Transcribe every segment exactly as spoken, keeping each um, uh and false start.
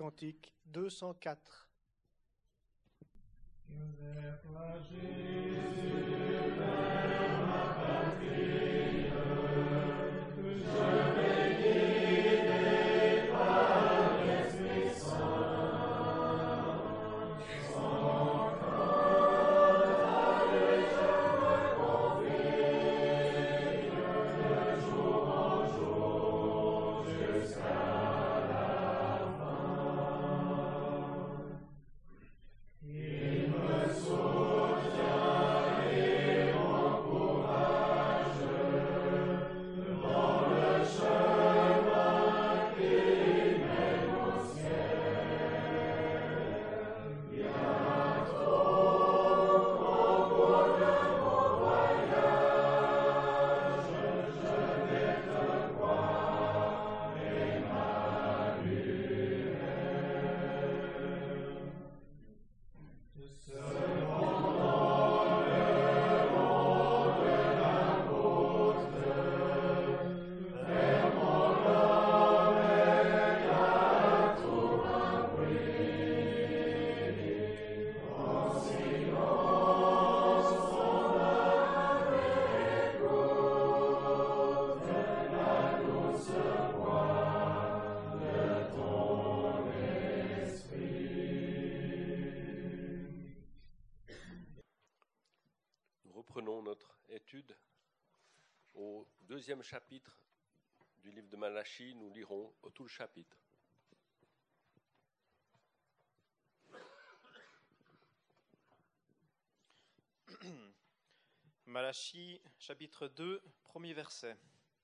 cantique deux cent quatre. Reprenons notre étude au deuxième chapitre du livre de Malachie. Nous lirons tout le chapitre. Malachie, chapitre deux, premier verset.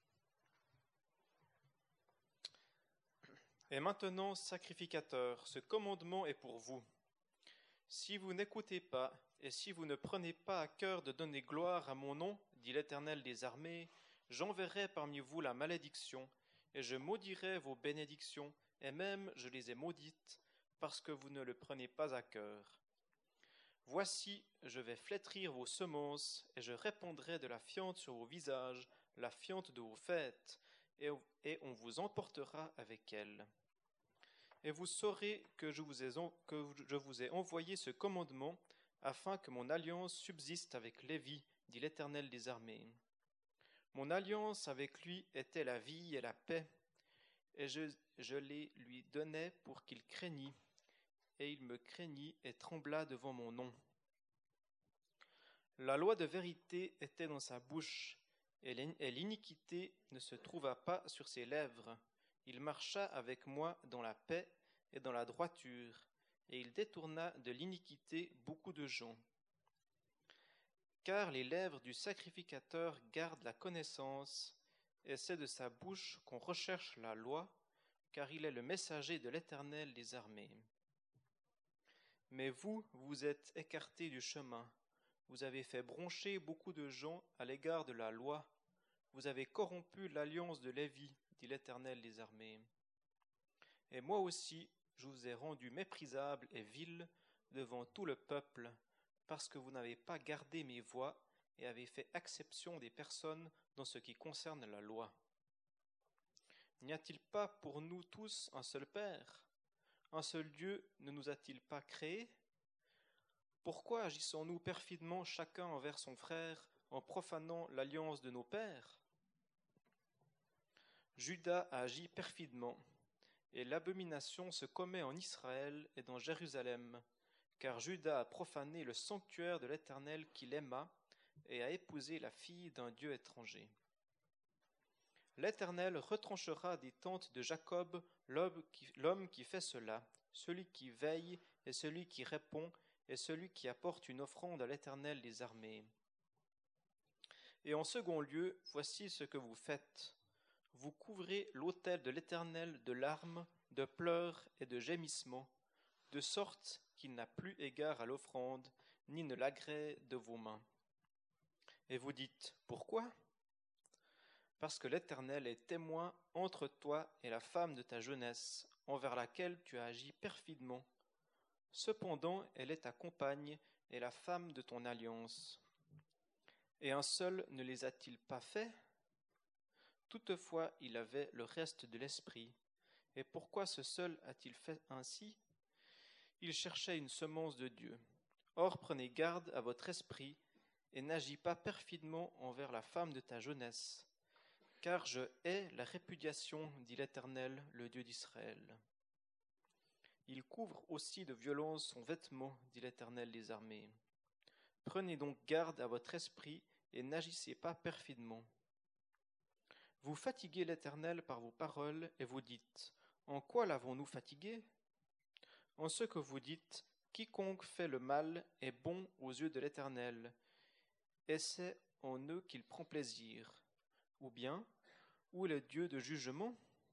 Et maintenant, sacrificateurs, ce commandement est pour vous. Si vous n'écoutez pas, et si vous ne prenez pas à cœur de donner gloire à mon nom, dit l'Éternel des armées, j'enverrai parmi vous la malédiction, et je maudirai vos bénédictions, et même je les ai maudites, parce que vous ne le prenez pas à cœur. Voici, je vais flétrir vos semences, et je répandrai de la fiente sur vos visages, la fiente de vos fêtes, et, et on vous emportera avec elle. Et vous saurez que je vous ai, que je vous ai envoyé ce commandement, afin que mon alliance subsiste avec Lévi, dit l'Éternel des armées. Mon alliance avec lui était la vie et la paix, et je, je les lui donnai pour qu'il craignît, et il me craignit et trembla devant mon nom. La loi de vérité était dans sa bouche, et l'iniquité ne se trouva pas sur ses lèvres. Il marcha avec moi dans la paix et dans la droiture, et il détourna de l'iniquité beaucoup de gens. Car les lèvres du sacrificateur gardent la connaissance, et c'est de sa bouche qu'on recherche la loi, car il est le messager de l'Éternel des armées. Mais vous, vous êtes écartés du chemin, vous avez fait broncher beaucoup de gens à l'égard de la loi, vous avez corrompu l'alliance de Lévi, dit l'Éternel des armées. Et moi aussi, je vous ai rendu méprisable et vil devant tout le peuple, parce que vous n'avez pas gardé mes voies et avez fait exception des personnes dans ce qui concerne la loi. N'y a-t-il pas pour nous tous un seul Père? Un seul Dieu ne nous a-t-il pas créés? Pourquoi agissons-nous perfidement chacun envers son frère en profanant l'alliance de nos pères? Juda a agi perfidement, et l'abomination se commet en Israël et dans Jérusalem, car Juda a profané le sanctuaire de l'Éternel qu'il aima et a épousé la fille d'un Dieu étranger. L'Éternel retranchera des tentes de Jacob l'homme qui, l'homme qui fait cela, celui qui veille et celui qui répond et celui qui apporte une offrande à l'Éternel des armées. Et en second lieu, voici ce que vous faites. Vous couvrez l'autel de l'Éternel de larmes, de pleurs et de gémissements, de sorte qu'il n'a plus égard à l'offrande, ni ne l'agrée de vos mains. Et vous dites, pourquoi? Parce que l'Éternel est témoin entre toi et la femme de ta jeunesse, envers laquelle tu as agi perfidement. Cependant, elle est ta compagne et la femme de ton alliance. Et un seul ne les a-t-il pas faits? Toutefois, il avait le reste de l'esprit, Et pourquoi ce seul a-t-il fait ainsi? Il cherchait une semence de Dieu. Or prenez garde à votre esprit, et n'agis pas perfidement envers la femme de ta jeunesse. Car je hais la répudiation, dit l'Éternel, le Dieu d'Israël. Il couvre aussi de violence son vêtement, dit l'Éternel des armées. Prenez donc garde à votre esprit, et n'agissez pas perfidement. Vous fatiguez l'Éternel par vos paroles, et vous dites, en quoi l'avons-nous fatigué? En ce que vous dites, quiconque fait le mal est bon aux yeux de l'Éternel, et c'est en eux qu'il prend plaisir. Ou bien, où est le Dieu de jugement?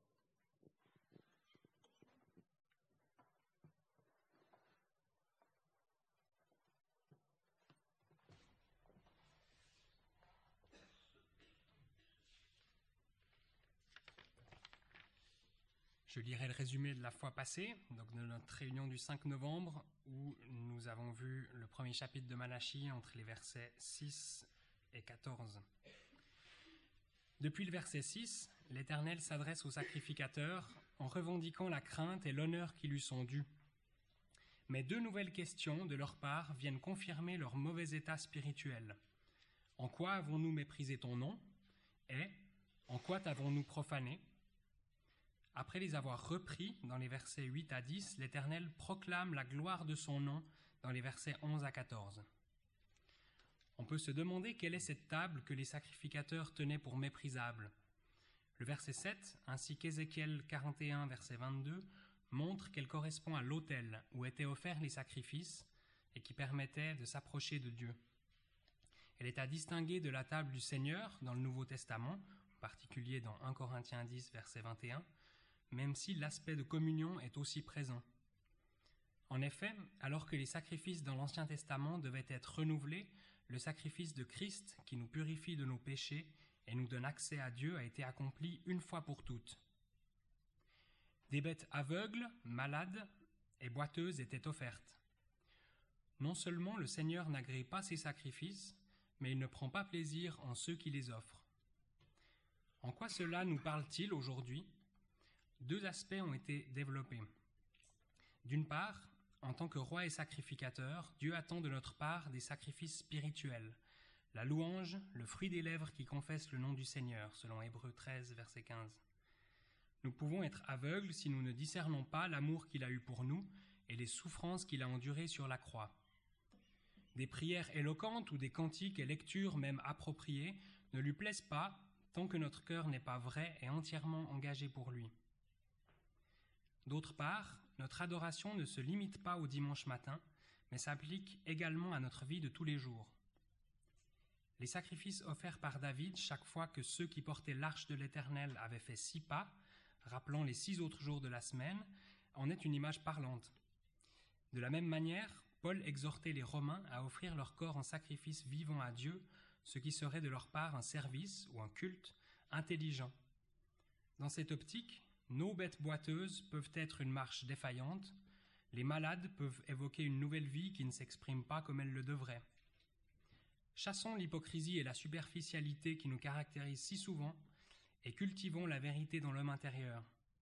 Je lirai le résumé de la fois passée, donc de notre réunion du cinq novembre, où nous avons vu le premier chapitre de Malachie entre les versets six et quatorze. Depuis le verset six, l'Éternel s'adresse aux sacrificateurs en revendiquant la crainte et l'honneur qui lui sont dus. Mais deux nouvelles questions de leur part viennent confirmer leur mauvais état spirituel. En quoi avons-nous méprisé ton nom? Et en quoi t'avons-nous profané? Après les avoir repris dans les versets huit à dix, l'Éternel proclame la gloire de son nom dans les versets onze à quatorze. On peut se demander quelle est cette table que les sacrificateurs tenaient pour méprisable. Le verset sept, ainsi qu'Ézéchiel quarante et un, verset vingt-deux, montre qu'elle correspond à l'autel où étaient offerts les sacrifices et qui permettait de s'approcher de Dieu. Elle est à distinguer de la table du Seigneur dans le Nouveau Testament, en particulier dans un Corinthiens dix, verset vingt et un, même si l'aspect de communion est aussi présent. En effet, alors que les sacrifices dans l'Ancien Testament devaient être renouvelés, le sacrifice de Christ, qui nous purifie de nos péchés et nous donne accès à Dieu, a été accompli une fois pour toutes. Des bêtes aveugles, malades et boiteuses étaient offertes. Non seulement le Seigneur n'agrée pas ces sacrifices, mais il ne prend pas plaisir en ceux qui les offrent. En quoi cela nous parle-t-il aujourd'hui ? Deux aspects ont été développés. D'une part, en tant que roi et sacrificateur, Dieu attend de notre part des sacrifices spirituels, la louange, le fruit des lèvres qui confessent le nom du Seigneur, selon Hébreux treize, verset quinze. Nous pouvons être aveugles si nous ne discernons pas l'amour qu'il a eu pour nous et les souffrances qu'il a endurées sur la croix. Des prières éloquentes ou des cantiques et lectures même appropriées ne lui plaisent pas tant que notre cœur n'est pas vrai et entièrement engagé pour lui. D'autre part, notre adoration ne se limite pas au dimanche matin, mais s'applique également à notre vie de tous les jours. Les sacrifices offerts par David chaque fois que ceux qui portaient l'arche de l'Éternel avaient fait six pas, rappelant les six autres jours de la semaine, en est une image parlante. De la même manière, Paul exhortait les Romains à offrir leur corps en sacrifice vivant à Dieu, ce qui serait de leur part un service ou un culte intelligent. Dans cette optique, nos bêtes boiteuses peuvent être une marche défaillante, les malades peuvent évoquer une nouvelle vie qui ne s'exprime pas comme elle le devrait. Chassons l'hypocrisie et la superficialité qui nous caractérisent si souvent et cultivons la vérité dans l'homme intérieur.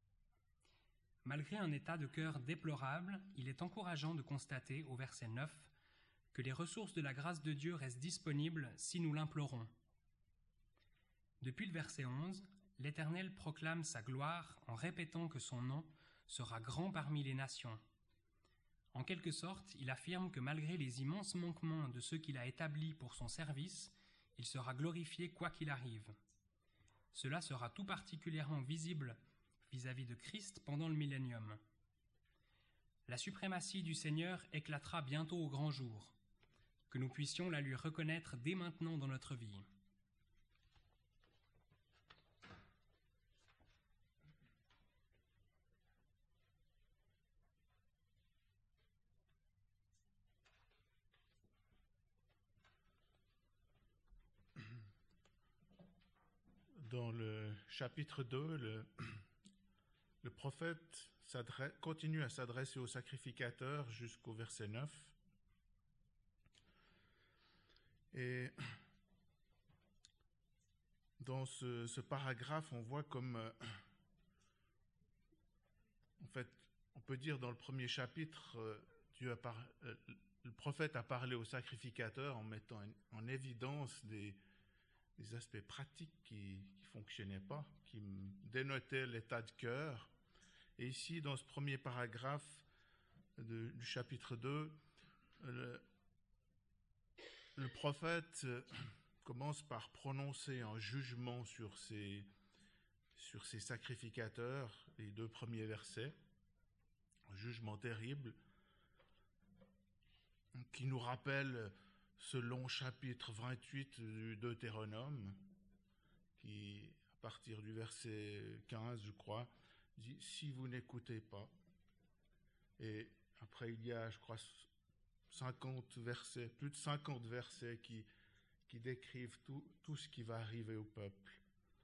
Malgré un état de cœur déplorable, il est encourageant de constater, au verset neuf, que les ressources de la grâce de Dieu restent disponibles si nous l'implorons. Depuis le verset onze, l'Éternel proclame sa gloire en répétant que son nom sera grand parmi les nations. En quelque sorte, il affirme que malgré les immenses manquements de ceux qu'il a établis pour son service, il sera glorifié quoi qu'il arrive. Cela sera tout particulièrement visible vis-à-vis de Christ pendant le millénium. La suprématie du Seigneur éclatera bientôt au grand jour, que nous puissions la lui reconnaître dès maintenant dans notre vie. Dans le chapitre deux, le, le prophète continue à s'adresser aux sacrificateurs jusqu'au verset neuf. Et dans ce, ce paragraphe, on voit comme, en fait, on peut dire dans le premier chapitre, euh, Dieu a par, euh, le prophète a parlé au sacrificateur en mettant en, en évidence des, des aspects pratiques qui ne fonctionnaient pas, qui dénotaient l'état de cœur. Et ici, dans ce premier paragraphe de, du chapitre deux, le, le prophète euh, commence par prononcer un jugement sur ces, sur ces sacrificateurs, les deux premiers versets, un jugement terrible, qui nous rappelle ce long chapitre vingt-huit du Deutéronome, qui, à partir du verset quinze, je crois, dit « Si vous n'écoutez pas ». Et après, il y a, je crois, cinquante versets, plus de cinquante versets qui, qui décrivent tout, tout ce qui va arriver au peuple.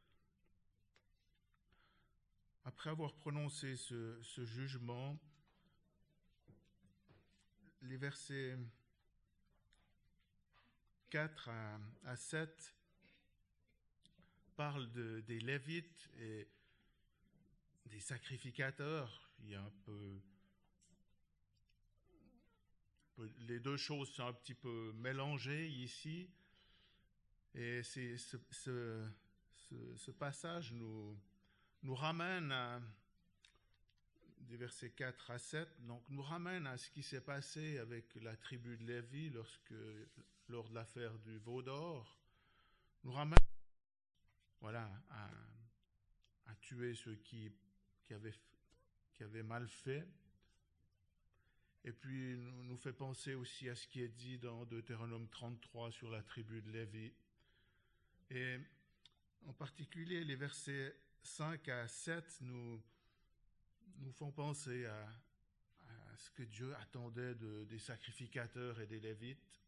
Après avoir prononcé ce, ce jugement, les versets quatre à, à sept parlent de, des Lévites et des sacrificateurs. Il y a un peu, peu les deux choses sont un petit peu mélangées ici. Et c'est, ce, ce, ce, ce passage nous, nous ramène à des versets quatre à sept, donc nous ramène à ce qui s'est passé avec la tribu de Lévi lorsque, lors de l'affaire du veau d'or, nous ramène voilà, à, à tuer ceux qui, qui, avaient, qui avaient mal fait, et puis nous, nous fait penser aussi à ce qui est dit dans Deutéronome trente-trois sur la tribu de Lévi, et en particulier les versets cinq à sept nous nous font penser à, à ce que Dieu attendait de, des sacrificateurs et des Lévites.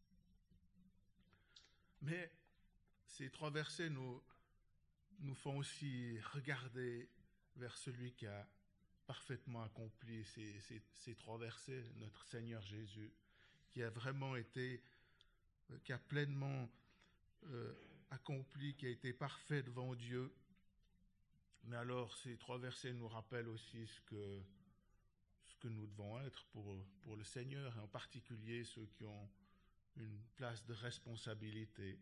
Mais ces trois versets nous, nous font aussi regarder vers celui qui a parfaitement accompli ces, ces, ces trois versets, notre Seigneur Jésus, qui a vraiment été, qui a pleinement euh, accompli, qui a été parfait devant Dieu. Mais alors, ces trois versets nous rappellent aussi ce que, ce que nous devons être pour, pour le Seigneur, et en particulier ceux qui ont une place de responsabilité.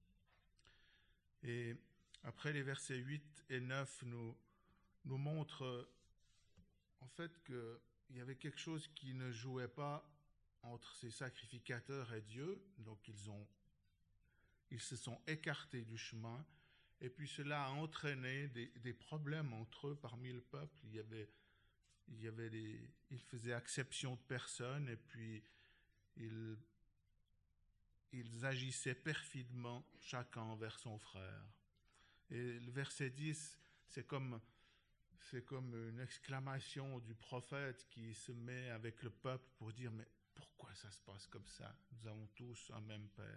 Et après, les versets huit et neuf nous, nous montrent en fait qu'il y avait quelque chose qui ne jouait pas entre ces sacrificateurs et Dieu, donc ils, ont, ils se sont écartés du chemin. Et puis cela a entraîné des, des problèmes entre eux parmi le peuple. Il y avait, il y avait des, ils faisaient exception de personne et puis ils, ils agissaient perfidement chacun envers son frère. Et le verset dix, c'est comme, c'est comme une exclamation du prophète qui se met avec le peuple pour dire « Mais pourquoi ça se passe comme ça? Nous avons tous un même Père. »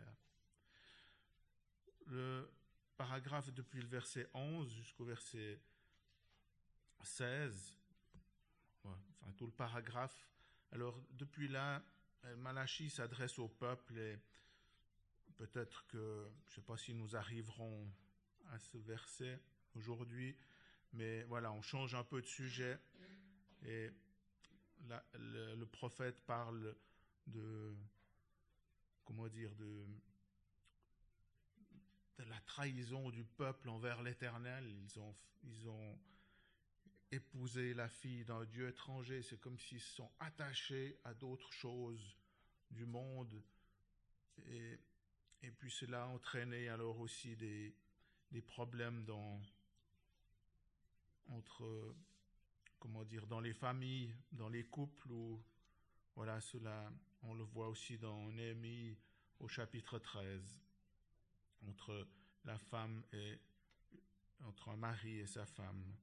Le paragraphe depuis le verset onze jusqu'au verset seize, ouais, enfin tout le paragraphe. Alors depuis là, Malachie s'adresse au peuple et peut-être que, je ne sais pas si nous arriverons à ce verset aujourd'hui, mais voilà, on change un peu de sujet et la, le, le prophète parle de, comment dire, de de la trahison du peuple envers l'Éternel. Ils ont, ils ont épousé la fille d'un dieu étranger. C'est comme s'ils se sont attachés à d'autres choses du monde. Et, et puis cela a entraîné alors aussi des, des problèmes dans, entre, comment dire, dans les familles, dans les couples. Où, voilà, cela, on le voit aussi dans Néhémie au chapitre treize. Entre la femme et entre un mari et sa femme.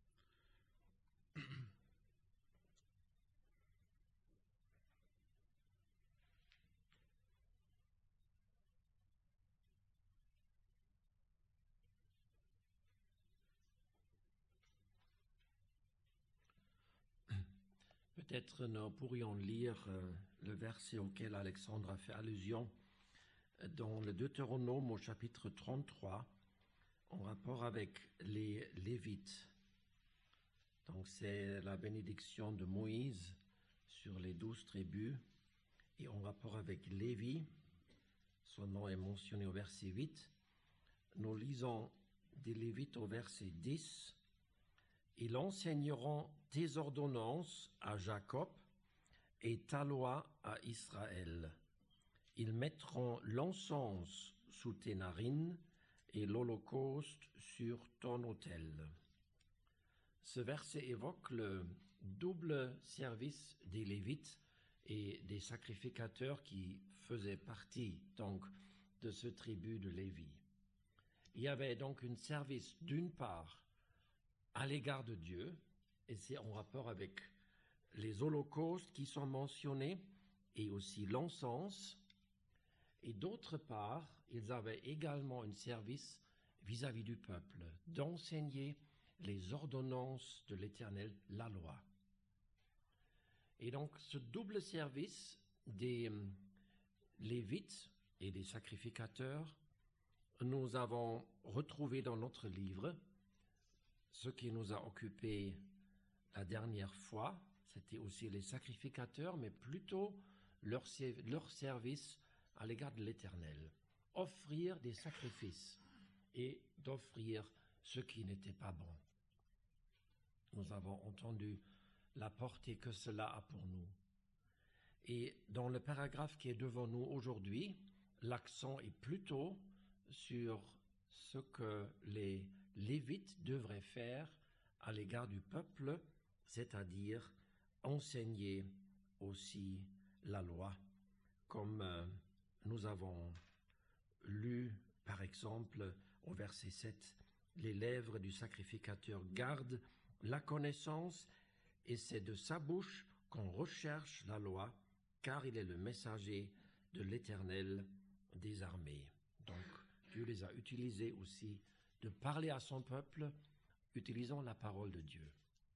Peut-être nous pourrions lire euh, le verset auquel Alexandre a fait allusion dans le Deutéronome au chapitre trente-trois, en rapport avec les Lévites. Donc c'est la bénédiction de Moïse sur les douze tribus et en rapport avec Lévi, son nom est mentionné au verset huit. Nous lisons des Lévites au verset dix. « Ils enseigneront tes ordonnances à Jacob et ta loi à Israël. Ils mettront l'encens sous tes narines et l'holocauste sur ton autel. » Ce verset évoque le double service des Lévites et des sacrificateurs qui faisaient partie donc de ce tribu de Lévi. Il y avait donc un service d'une part à l'égard de Dieu, et c'est en rapport avec les holocaustes qui sont mentionnés et aussi l'encens, et d'autre part, ils avaient également un service vis-à-vis du peuple, d'enseigner les ordonnances de l'Éternel, la loi. Et donc, ce double service des Lévites et des sacrificateurs, nous avons retrouvé dans notre livre ce qui nous a occupé la dernière fois. C'était aussi les sacrificateurs, mais plutôt leur, leur service à l'égard de l'Éternel. Offrir des sacrifices et d'offrir ce qui n'était pas bon. Nous avons entendu la portée que cela a pour nous. Et dans le paragraphe qui est devant nous aujourd'hui, l'accent est plutôt sur ce que les Lévites devraient faire à l'égard du peuple, c'est-à-dire enseigner aussi la loi, comme euh, nous avons lu par exemple au verset sept, « Les lèvres du sacrificateur gardent la connaissance, et c'est de sa bouche qu'on recherche la loi, car il est le messager de l'Éternel des armées. » Donc, Dieu les a utilisés aussi de parler à son peuple, utilisant la parole de Dieu.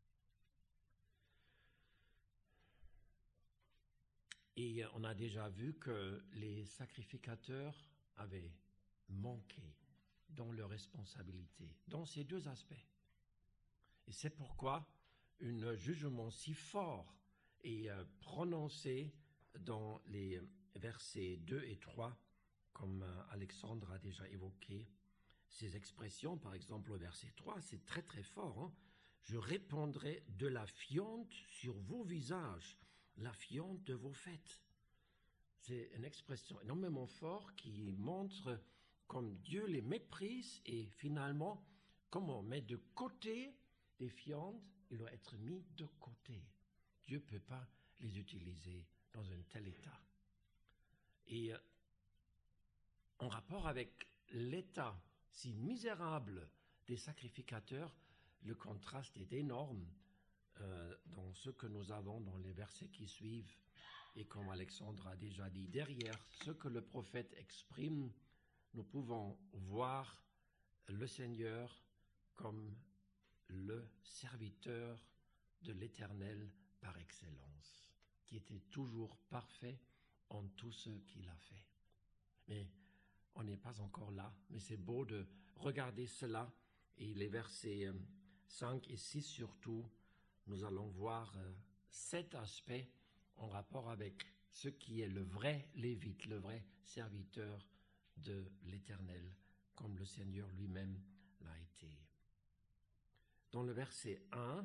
Et on a déjà vu que les sacrificateurs avaient manqué dans leurs responsabilités, dans ces deux aspects. Et c'est pourquoi un jugement si fort est prononcé dans les versets deux et trois, comme Alexandre a déjà évoqué. Ces expressions, par exemple au verset trois, c'est très très fort. Hein? Je répandrai de la fiente sur vos visages, la fiente de vos fêtes. C'est une expression énormément forte qui montre comme Dieu les méprise et finalement, comme on met de côté des fientes, il doit être mis de côté. Dieu ne peut pas les utiliser dans un tel état. Et en rapport avec l'état si misérable des sacrificateurs, le contraste est énorme euh, dans ce que nous avons dans les versets qui suivent. Et comme Alexandre a déjà dit, derrière ce que le prophète exprime, nous pouvons voir le Seigneur comme le serviteur de l'Éternel par excellence, qui était toujours parfait en tout ce qu'il a fait. Mais on n'est pas encore là, mais c'est beau de regarder cela. Et les versets cinq et six surtout, nous allons voir cet aspect en rapport avec ce qui est le vrai Lévite, le vrai serviteur de l'Éternel, comme le Seigneur lui-même l'a été. Dans le verset un,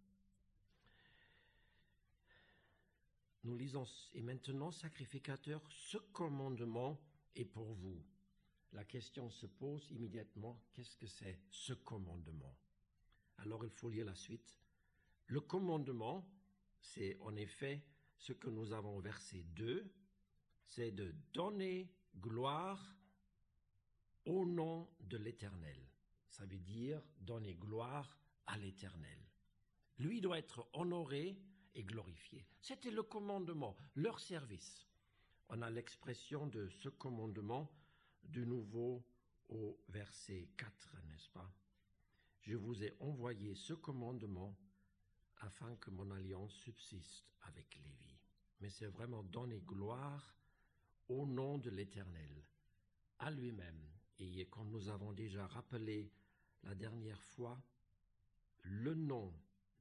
nous lisons « Et maintenant, sacrificateur, ce commandement est pour vous. » La question se pose immédiatement, qu'est-ce que c'est ce commandement? Alors il faut lire la suite. Le commandement, c'est en effet ce que nous avons au verset deux, c'est de donner gloire au nom de l'Éternel. Ça veut dire donner gloire à l'Éternel. Lui doit être honoré et glorifié. C'était le commandement, leur service. On a l'expression de ce commandement de nouveau au verset quatre, n'est-ce pas? Je vous ai envoyé ce commandement afin que mon alliance subsiste avec Lévi. Mais c'est vraiment donner gloire au nom de l'Éternel, à lui-même. Et comme nous avons déjà rappelé la dernière fois, le nom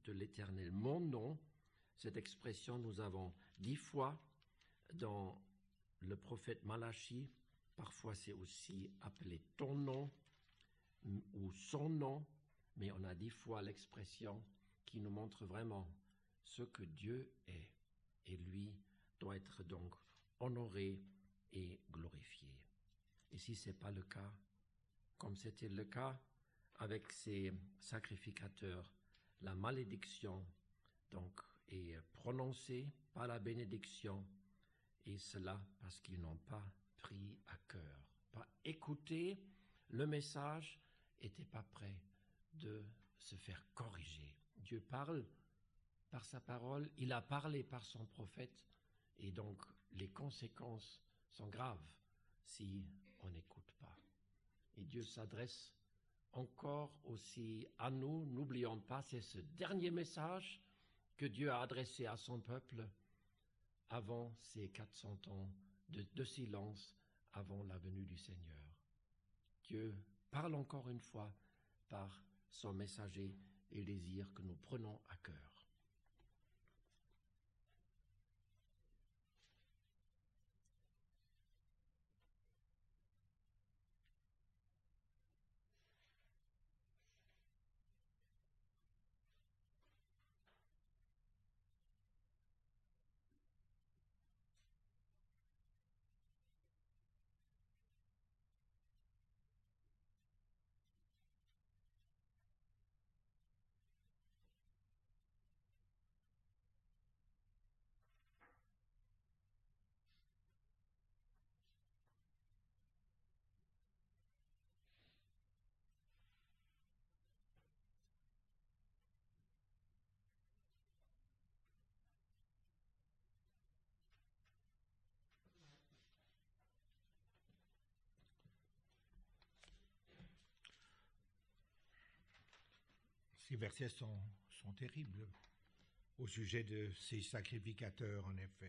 de l'Éternel. Mon nom, cette expression, nous avons dix fois dans le prophète Malachi. Parfois, c'est aussi appelé ton nom ou son nom, mais on a dix fois l'expression qui nous montre vraiment ce que Dieu est. Et lui doit être donc honoré et glorifié. Et si ce n'est pas le cas, comme c'était le cas avec ces sacrificateurs, la malédiction donc est prononcée par la bénédiction, et cela parce qu'ils n'ont pas pris à cœur, pas écouté le message, n'étaient pas prêts de se faire corriger. Dieu parle par sa parole, il a parlé par son prophète, et donc les conséquences sont graves si on n'écoute pas. Et Dieu s'adresse encore aussi à nous. N'oublions pas, c'est ce dernier message que Dieu a adressé à son peuple avant ces quatre cents ans de, de silence, avant la venue du Seigneur. Dieu parle encore une fois par son messager et désire que nous prenons à cœur. Ces versets sont, sont terribles au sujet de ces sacrificateurs, en effet.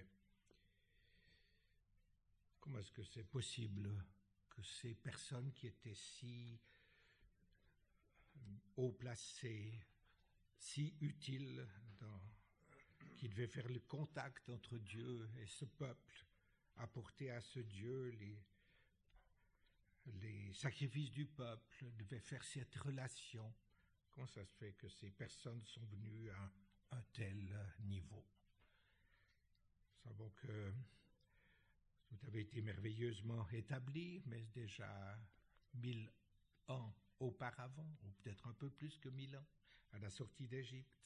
Comment est-ce que c'est possible que ces personnes qui étaient si haut placées, si utiles, dans, qui devaient faire le contact entre Dieu et ce peuple, apporter à ce Dieu les, les sacrifices du peuple, devaient faire cette relation. Comment ça se fait que ces personnes sont venues à un tel niveau? Nous savons que tout avait été merveilleusement établi, mais déjà mille ans auparavant, ou peut-être un peu plus que mille ans, à la sortie d'Égypte.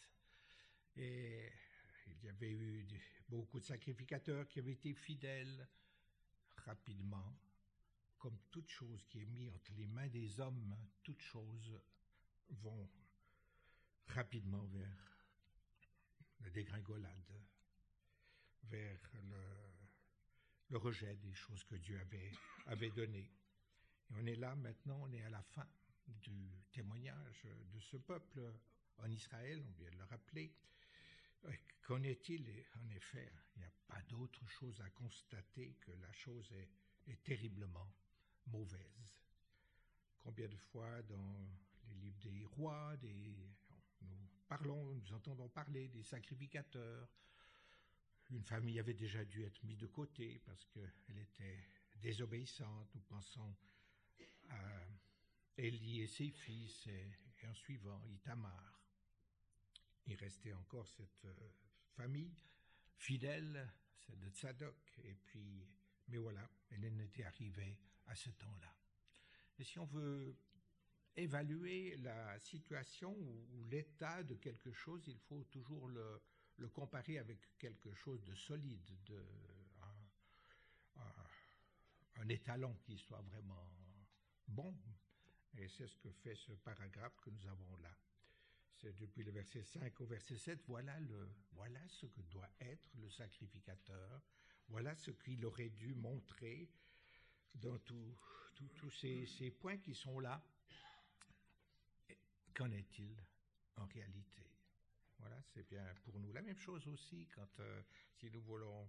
Et il y avait eu des, beaucoup de sacrificateurs qui avaient été fidèles rapidement. Comme toute chose qui est mise entre les mains des hommes, toutes choses vont rapidement vers la dégringolade, vers le, le rejet des choses que Dieu avait, avait données. Et on est là maintenant, on est à la fin du témoignage de ce peuple en Israël, on vient de le rappeler. Qu'en est-il? En effet, il n'y a pas d'autre chose à constater que la chose est, est terriblement mauvaise. Combien de fois dans les livres des rois, des, nous parlons, nous entendons parler des sacrificateurs. Une famille avait déjà dû être mise de côté parce qu'elle était désobéissante. Nous pensons à Élie et ses fils et, et en suivant Ithamar. Il restait encore cette euh, famille fidèle, celle de Tsadok, et puis, mais voilà, elle en était arrivée à ce temps-là. Et si on veut évaluer la situation ou, ou l'état de quelque chose, il faut toujours le, le comparer avec quelque chose de solide, de, un, un, un étalon qui soit vraiment bon. Et c'est ce que fait ce paragraphe que nous avons là. C'est depuis le verset cinq au verset sept, voilà, le, voilà ce que doit être le sacrificateur, voilà ce qu'il aurait dû montrer dans tous tout, tout ces, ces points qui sont là. Qu'en est-il en réalité? Voilà, c'est bien pour nous. La même chose aussi quand, euh, si nous voulons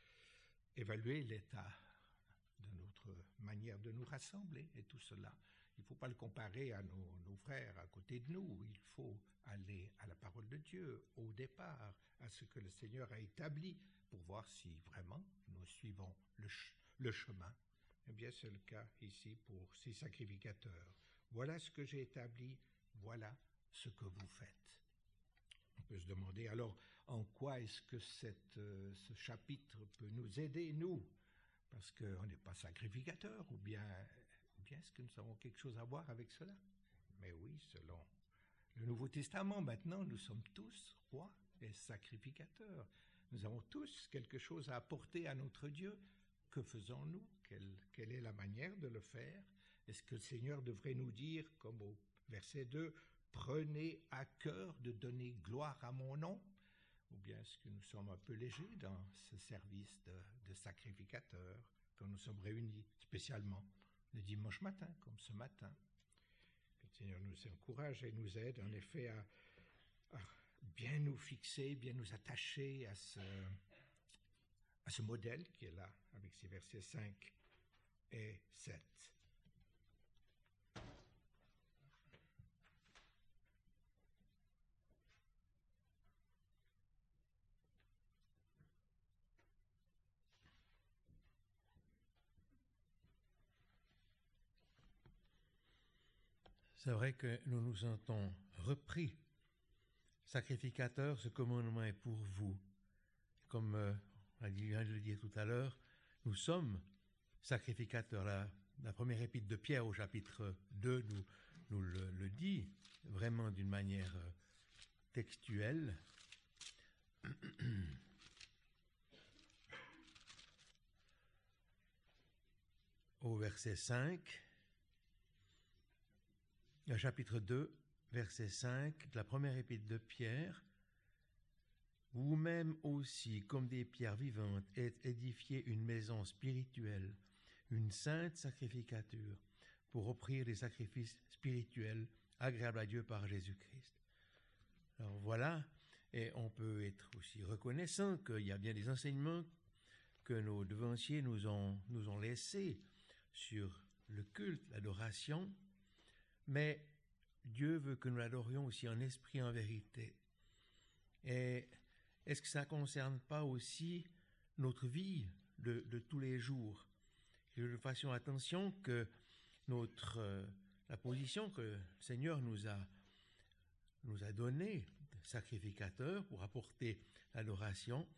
évaluer l'état de notre manière de nous rassembler et tout cela, il ne faut pas le comparer à nos, nos frères à côté de nous. Il faut aller à la parole de Dieu, au départ, à ce que le Seigneur a établi, pour voir si vraiment nous suivons le, ch- le chemin. Eh bien, c'est le cas ici pour ces sacrificateurs. Voilà ce que j'ai établi, voilà ce que vous faites. On peut se demander alors en quoi est-ce que cette, euh, ce chapitre peut nous aider, nous, parce qu'on n'est pas sacrificateurs, ou bien, ou bien est-ce que nous avons quelque chose à voir avec cela? Mais oui, selon le Nouveau Testament, maintenant, nous sommes tous rois et sacrificateurs. Nous avons tous quelque chose à apporter à notre Dieu. Que faisons-nous? Quelle, quelle est la manière de le faire? Est-ce que le Seigneur devrait nous dire, comme au verset deux, « Prenez à cœur de donner gloire à mon nom » ou bien est-ce que nous sommes un peu légers dans ce service de, de sacrificateur quand nous sommes réunis, spécialement le dimanche matin, comme ce matin? Que le Seigneur nous encourage et nous aide en effet à, à bien nous fixer, bien nous attacher à ce, à ce modèle qui est là, avec ces versets cinq et sept. C'est vrai que nous nous sentons repris. Sacrificateur, ce commandement est pour vous. Comme euh, on vient de le dire tout à l'heure, nous sommes sacrificateurs. La, la première épître de Pierre au chapitre deux nous, nous le, le dit vraiment d'une manière euh, textuelle. Au verset cinq, le chapitre deux, verset cinq, de la première épître de Pierre, « Vous-même aussi, comme des pierres vivantes, êtes édifiés une maison spirituelle, une sainte sacrificature, pour offrir des sacrifices spirituels agréables à Dieu par Jésus-Christ. » Alors voilà, et on peut être aussi reconnaissant qu'il y a bien des enseignements que nos devanciers nous ont, nous ont laissés sur le culte, l'adoration, mais Dieu veut que nous l'adorions aussi en esprit et en vérité. Et est-ce que ça ne concerne pas aussi notre vie de, de tous les jours? Que nous fassions attention que notre, euh, la position que le Seigneur nous a, nous a donnée, sacrificateur, pour apporter l'adoration,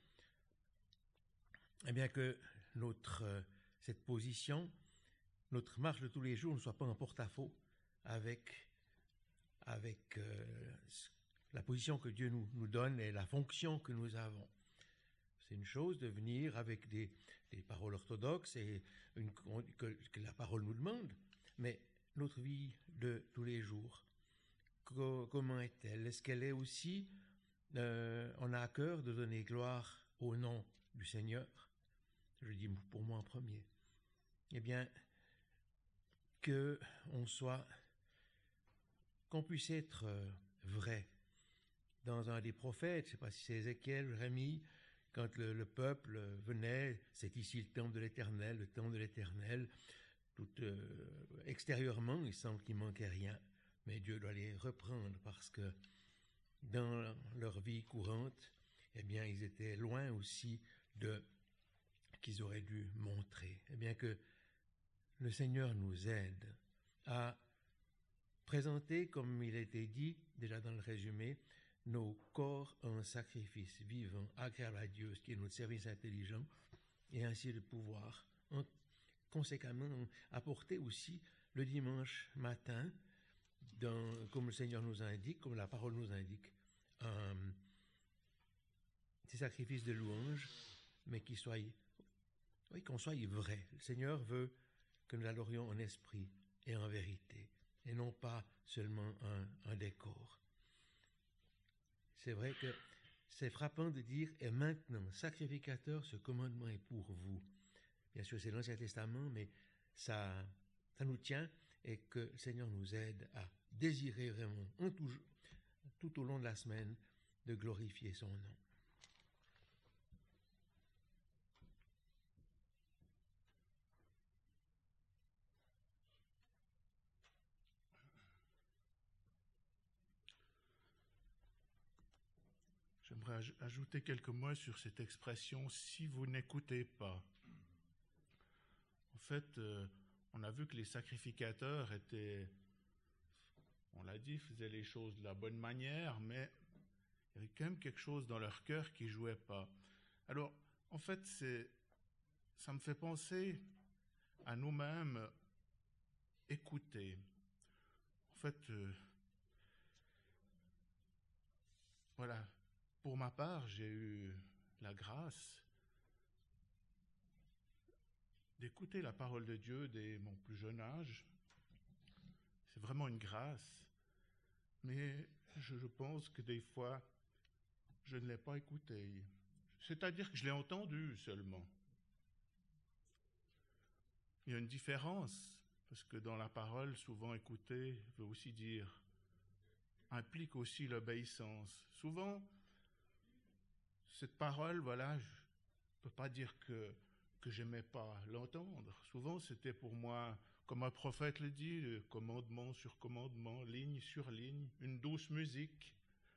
eh bien que notre, euh, cette position, notre marche de tous les jours ne soit pas en porte-à-faux avec, avec euh, la position que Dieu nous, nous donne et la fonction que nous avons. C'est une chose de venir avec des, des paroles orthodoxes et une, que, que la parole nous demande, mais notre vie de tous les jours, co- comment est-elle? Est-ce qu'elle est aussi, euh, on a à cœur de donner gloire au nom du Seigneur? Je dis pour moi en premier. Eh bien, que on soit, qu'on puisse être vrai. Dans un des prophètes, je ne sais pas si c'est Ézéchiel, Jérémie, quand le, le peuple venait, c'est ici le temple de l'Éternel, le temple de l'Éternel, tout euh, extérieurement, il semble qu'il manquait rien, mais Dieu doit les reprendre parce que dans leur vie courante, eh bien, ils étaient loin aussi de qu'ils auraient dû montrer. Eh bien, que le Seigneur nous aide à présenter, comme il a été dit déjà dans le résumé, nos corps en sacrifice vivant, agréable à Dieu, ce qui est notre service intelligent, et ainsi de pouvoir, en, conséquemment, apporter aussi le dimanche matin, dans, comme le Seigneur nous indique, comme la parole nous indique, euh, ces sacrifices de louange, mais qui soient, oui, qu'on soit vrai. Le Seigneur veut que nous l'adorions en esprit et en vérité, et non pas seulement un, un décor. C'est vrai que c'est frappant de dire « Et maintenant, sacrificateur, ce commandement est pour vous ». Bien sûr, c'est l'Ancien Testament, mais ça, ça nous tient et que le Seigneur nous aide à désirer vraiment, en tout, tout au long de la semaine, de glorifier son nom. j'aimerais aj- ajouter quelques mots sur cette expression « si vous n'écoutez pas ». En fait, euh, on a vu que les sacrificateurs étaient, on l'a dit, faisaient les choses de la bonne manière, mais il y avait quand même quelque chose dans leur cœur qui ne jouait pas. Alors, en fait, c'est, ça me fait penser à nous-mêmes écouter. En fait, euh, voilà, pour ma part, j'ai eu la grâce d'écouter la parole de Dieu dès mon plus jeune âge. C'est vraiment une grâce, mais je, je pense que des fois, je ne l'ai pas écouté. C'est-à-dire que je l'ai entendu seulement. Il y a une différence, parce que dans la parole, souvent écouter veut aussi dire, implique aussi l'obéissance. Souvent, cette parole, voilà, je ne peux pas dire que que j'aimais pas l'entendre. Souvent, c'était pour moi, comme un prophète le dit, commandement sur commandement, ligne sur ligne, une douce musique.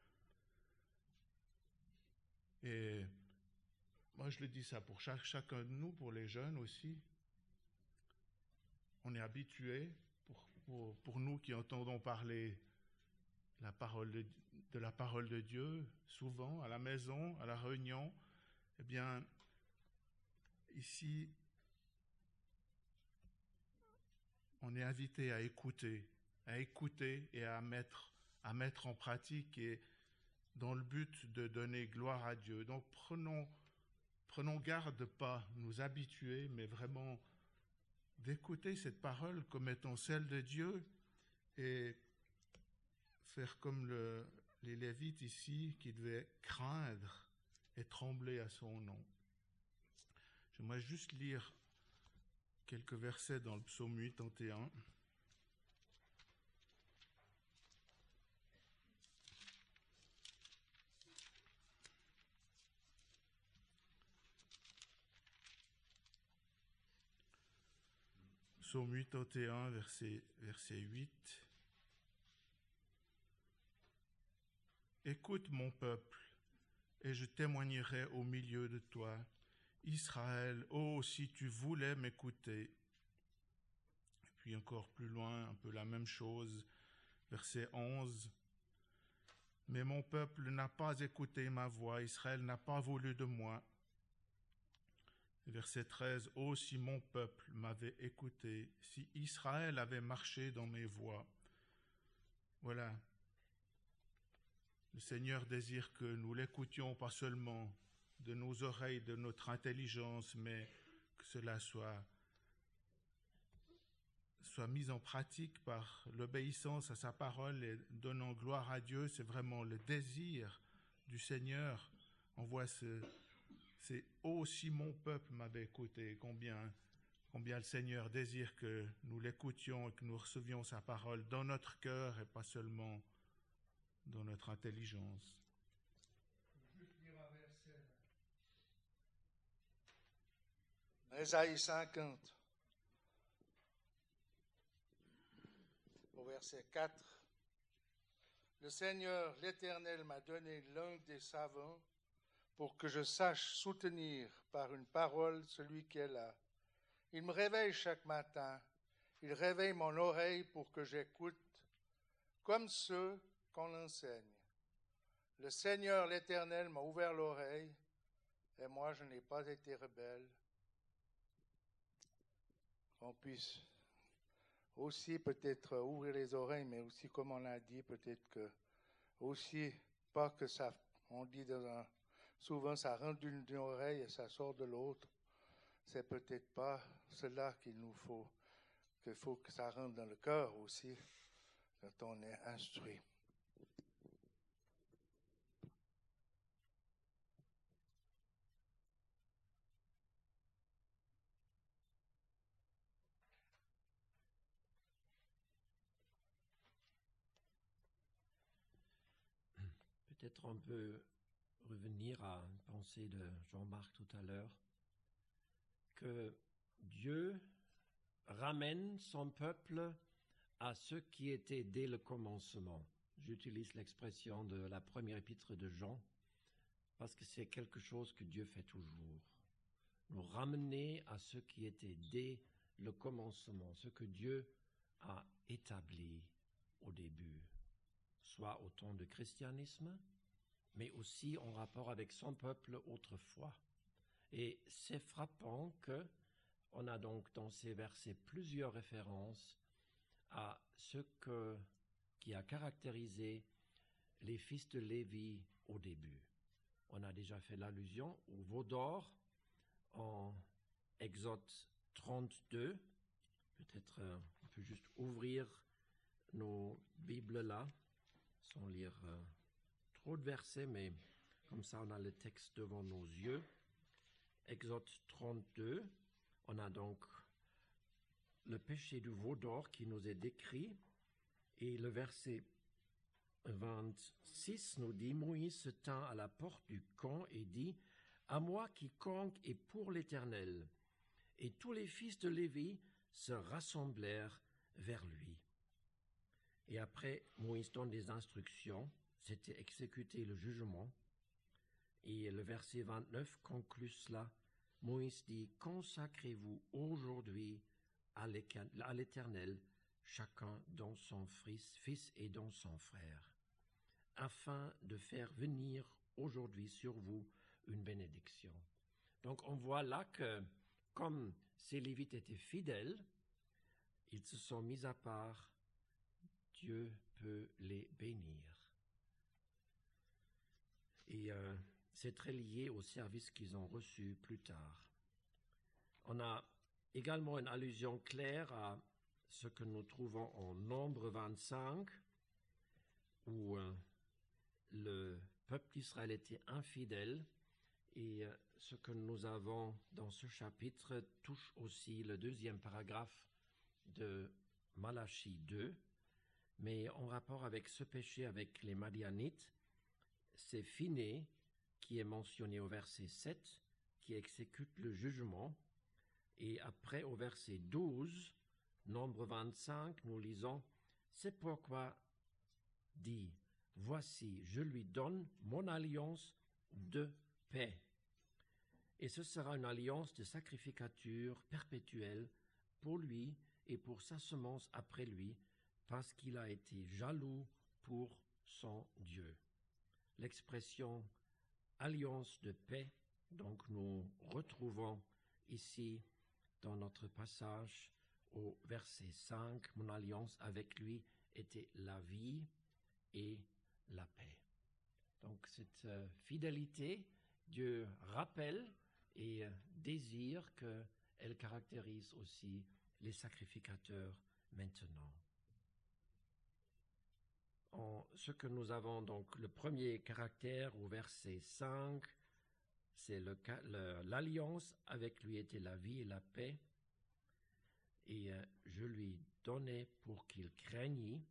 Et moi, je le dis ça pour chaque, chacun de nous, pour les jeunes aussi. On est habitués, pour, pour, pour nous qui entendons parler la parole de, de la parole de Dieu, souvent à la maison, à la réunion, eh bien, ici, on est invité à écouter, à écouter et à mettre, à mettre en pratique et dans le but de donner gloire à Dieu. Donc prenons, prenons garde de ne pas nous habituer, mais vraiment d'écouter cette parole comme étant celle de Dieu et faire comme le, les Lévites ici qui devaient craindre et trembler à son nom. J'aimerais juste lire quelques versets dans le psaume quatre-vingt-et un. Psaume quatre-vingt-et un, verset, verset huit. Écoute mon peuple, et je témoignerai au milieu de toi. Israël, oh, si tu voulais m'écouter. Et puis encore plus loin, un peu la même chose, verset onze. Mais mon peuple n'a pas écouté ma voix, Israël n'a pas voulu de moi. Verset treize, oh, si mon peuple m'avait écouté, si Israël avait marché dans mes voies. Voilà. Le Seigneur désire que nous l'écoutions pas seulement de nos oreilles, de notre intelligence, mais que cela soit, soit mis en pratique par l'obéissance à sa parole et donnant gloire à Dieu. C'est vraiment le désir du Seigneur. On voit ce, c'est « Oh, si mon peuple m'avait écouté », combien, combien le Seigneur désire que nous l'écoutions et que nous recevions sa parole dans notre cœur et pas seulement dans notre intelligence. Ésaïe cinquante, au verset quatre. Le Seigneur, l'Éternel, m'a donné langue des savants pour que je sache soutenir par une parole celui qu'elle a. Il me réveille chaque matin, il réveille mon oreille pour que j'écoute, comme ceux qu'on enseigne. Le Seigneur, l'Éternel, m'a ouvert l'oreille, et moi je n'ai pas été rebelle. On puisse aussi peut-être ouvrir les oreilles, mais aussi, comme on l'a dit, peut-être que aussi, pas que ça, on dit dans un, souvent ça rentre d'une, d'une oreille et ça sort de l'autre. C'est peut-être pas cela qu'il nous faut, qu'il faut que ça rentre dans le cœur aussi, quand on est instruit. Peut-être on peut revenir à une pensée de Jean-Marc tout à l'heure, que Dieu ramène son peuple à ce qui était dès le commencement. J'utilise l'expression de la première épître de Jean, parce que c'est quelque chose que Dieu fait toujours. Nous ramener à ce qui était dès le commencement, ce que Dieu a établi au début, soit au temps du christianisme, mais aussi en rapport avec son peuple autrefois. Et c'est frappant que on a donc dans ces versets plusieurs références à ce que, qui a caractérisé les fils de Lévi au début. On a déjà fait l'allusion au veau d'or en Exode trente-deux. Peut-être euh, on peut juste ouvrir nos Bibles là, sans lire euh, trop de versets, mais comme ça on a le texte devant nos yeux. Exode trente-deux, on a donc le péché du veau d'or qui nous est décrit, et le verset vingt-six nous dit « Moïse se tint à la porte du camp et dit « À moi quiconque est pour l'Éternel. » Et tous les fils de Lévi se rassemblèrent vers lui. Et après, Moïse donne des instructions, c'était exécuter le jugement. Et le verset vingt-neuf conclut cela. Moïse dit « Consacrez-vous aujourd'hui à l'Éternel, chacun dans son fils et dans son frère, afin de faire venir aujourd'hui sur vous une bénédiction. » Donc on voit là que, comme ces Lévites étaient fidèles, ils se sont mis à part, Dieu peut les bénir. Et euh, c'est très lié au service qu'ils ont reçu plus tard. On a également une allusion claire à ce que nous trouvons en Nombre vingt-cinq, où euh, le peuple d'Israël était infidèle, et euh, ce que nous avons dans ce chapitre touche aussi le deuxième paragraphe de Malachie deux, mais en rapport avec ce péché avec les Madianites, c'est Phiné qui est mentionné au verset sept, qui exécute le jugement, et après au verset douze, Nombre vingt-cinq, nous lisons « C'est pourquoi dit, voici, je lui donne mon alliance de paix. Et ce sera une alliance de sacrificature perpétuelle pour lui et pour sa semence après lui, parce qu'il a été jaloux pour son Dieu. » L'expression « alliance de paix », donc nous retrouvons ici dans notre passage au verset cinq, « Mon alliance avec lui était la vie et la paix. » Donc cette euh, fidélité, Dieu rappelle et euh, désire qu'elle caractérise aussi les sacrificateurs maintenant. En ce que nous avons donc, le premier caractère au verset cinq, c'est le, le, l'alliance avec lui était la vie et la paix, et euh, je lui donnais pour qu'il craignît.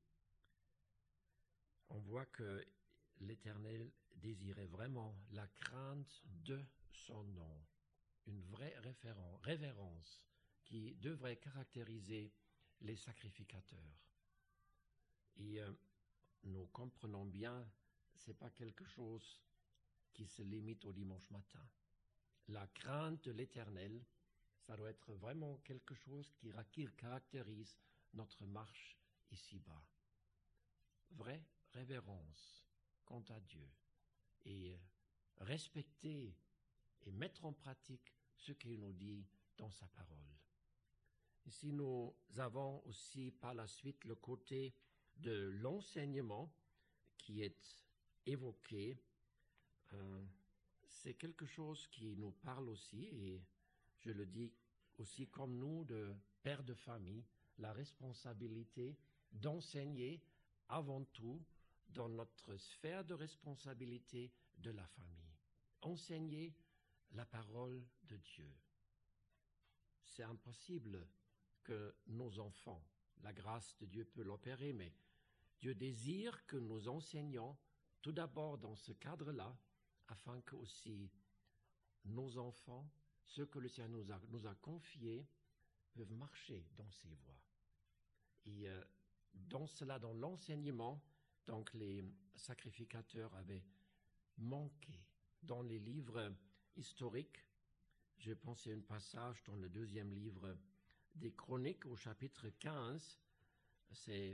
On voit que l'Éternel désirait vraiment la crainte de son nom, une vraie révérence qui devrait caractériser les sacrificateurs. Et euh, nous comprenons bien, c'est pas quelque chose qui se limite au dimanche matin. La crainte de l'Éternel, ça doit être vraiment quelque chose qui, qui caractérise notre marche ici-bas. Vraie révérence quant à Dieu et respecter et mettre en pratique ce qu'il nous dit dans sa parole. Ici, nous avons aussi par la suite le côté de l'enseignement qui est évoqué. Euh, c'est quelque chose qui nous parle aussi, et je le dis aussi comme nous, de pères de famille, la responsabilité d'enseigner avant tout dans notre sphère de responsabilité de la famille. Enseigner la parole de Dieu. C'est impossible que nos enfants, la grâce de Dieu peut l'opérer, mais Dieu désire que nous enseignions tout d'abord dans ce cadre-là, afin que aussi nos enfants, ceux que le Seigneur nous a, nous a confiés, peuvent marcher dans ses voies. Et euh, dans cela, dans l'enseignement, donc les sacrificateurs avaient manqué dans les livres historiques, j'ai pensé à un passage dans le deuxième livre des Chroniques au chapitre quinze. C'est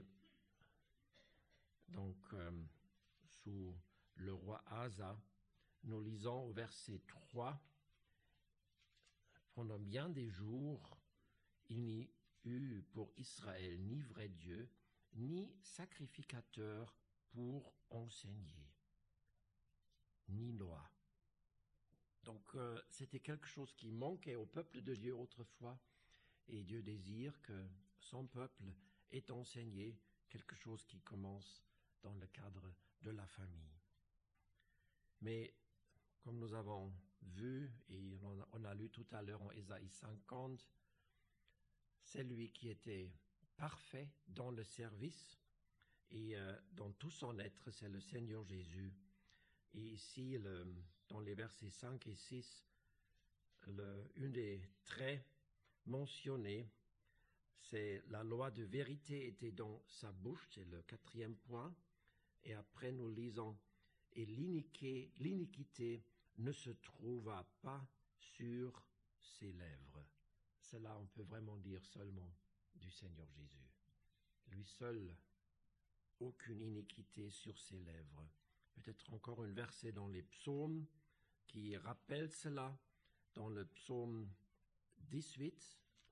donc euh, sous le roi Asa. Nous lisons au verset trois. Pendant bien des jours, il n'y eut pour Israël ni vrai Dieu, ni sacrificateur pour enseigner, ni loi. Donc euh, c'était quelque chose qui manquait au peuple de Dieu autrefois, et Dieu désire que son peuple ait enseigné quelque chose qui commence dans le cadre de la famille. Mais comme nous avons vu, et on a, on a lu tout à l'heure en Ésaïe cinquante, c'est lui qui était parfait dans le service et euh, dans tout son être, c'est le Seigneur Jésus. Et ici, le, dans les versets cinq et six, le, une des traits mentionnés, c'est la loi de vérité était dans sa bouche, c'est le quatrième point. Et après, nous lisons, et l'iniquité, l'iniquité ne se trouva pas sur ses lèvres. Cela, on peut vraiment dire seulement du Seigneur Jésus. Lui seul, aucune iniquité sur ses lèvres. Peut-être encore un verset dans les psaumes qui rappelle cela, dans le psaume dix-huit,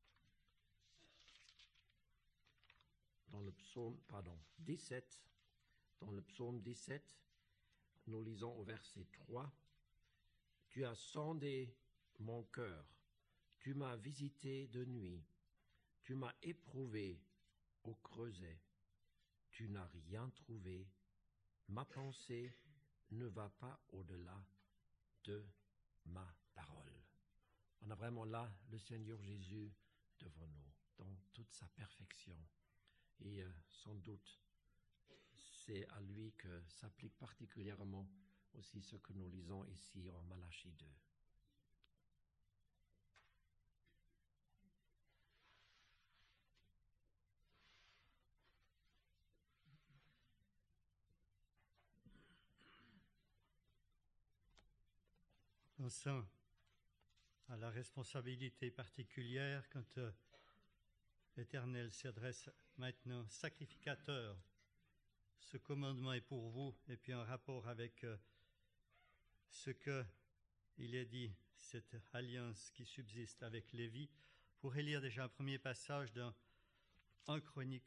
dans le psaume, pardon, dix-sept, dans le psaume dix-sept, nous lisons au verset trois, « Tu as sondé mon cœur, tu m'as visité de nuit, tu m'as éprouvé au creuset, tu n'as rien trouvé, ma pensée ne va pas au-delà de ma parole. » On a vraiment là le Seigneur Jésus devant nous, dans toute sa perfection. Et euh, sans doute, c'est à lui que s'applique particulièrement aussi ce que nous lisons ici en Malachie deux. Pensons à la responsabilité particulière quand euh, l'Éternel s'adresse maintenant sacrificateur. Ce commandement est pour vous, et puis en rapport avec euh, ce qu'il est dit, cette alliance qui subsiste avec Lévi. Vous pourrez lire déjà un premier passage dans un Chronique,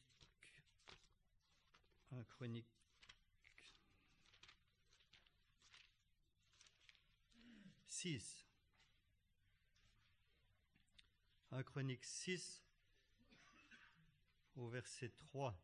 un Chronique six. un Chronique six, au verset trois.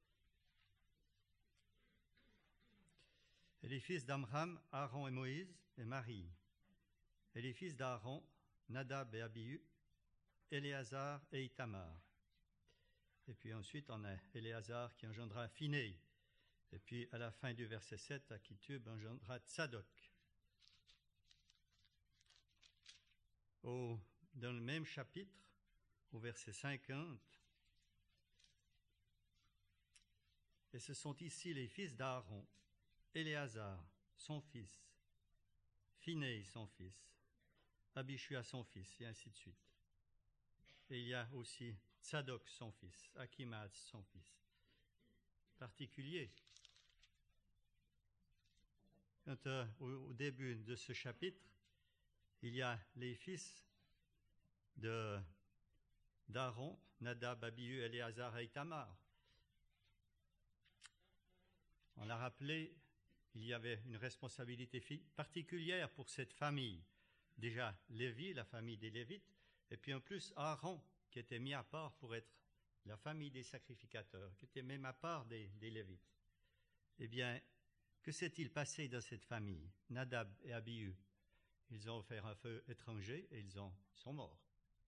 Et les fils d'Amram, Aaron et Moïse, et Marie. Et les fils d'Aaron, Nadab et Abihu, Éléazar et Itamar. Et puis ensuite, on a Éléazar qui engendra Phinéi. Et puis, à la fin du verset sept, Akitub engendra Tsadok. Au, dans le même chapitre, au verset cinquante, et ce sont ici les fils d'Aaron, Éléazar, son fils, Phinéi, son fils, Abishua, son fils, et ainsi de suite. Et il y a aussi Tsadok, son fils, Achimaaz, son fils. Particulier. Quand, euh, au, au début de ce chapitre, il y a les fils de, d'Aaron, Nadab, Abihu, Éléazar et Itamar. On l'a rappelé, il y avait une responsabilité particulière pour cette famille. Déjà, Lévi, la famille des Lévites, et puis en plus Aaron, qui était mis à part pour être la famille des sacrificateurs, qui était même à part des, des Lévites. Eh bien, que s'est-il passé dans cette famille? Nadab et Abihu, ils ont offert un feu étranger et ils ont, sont morts.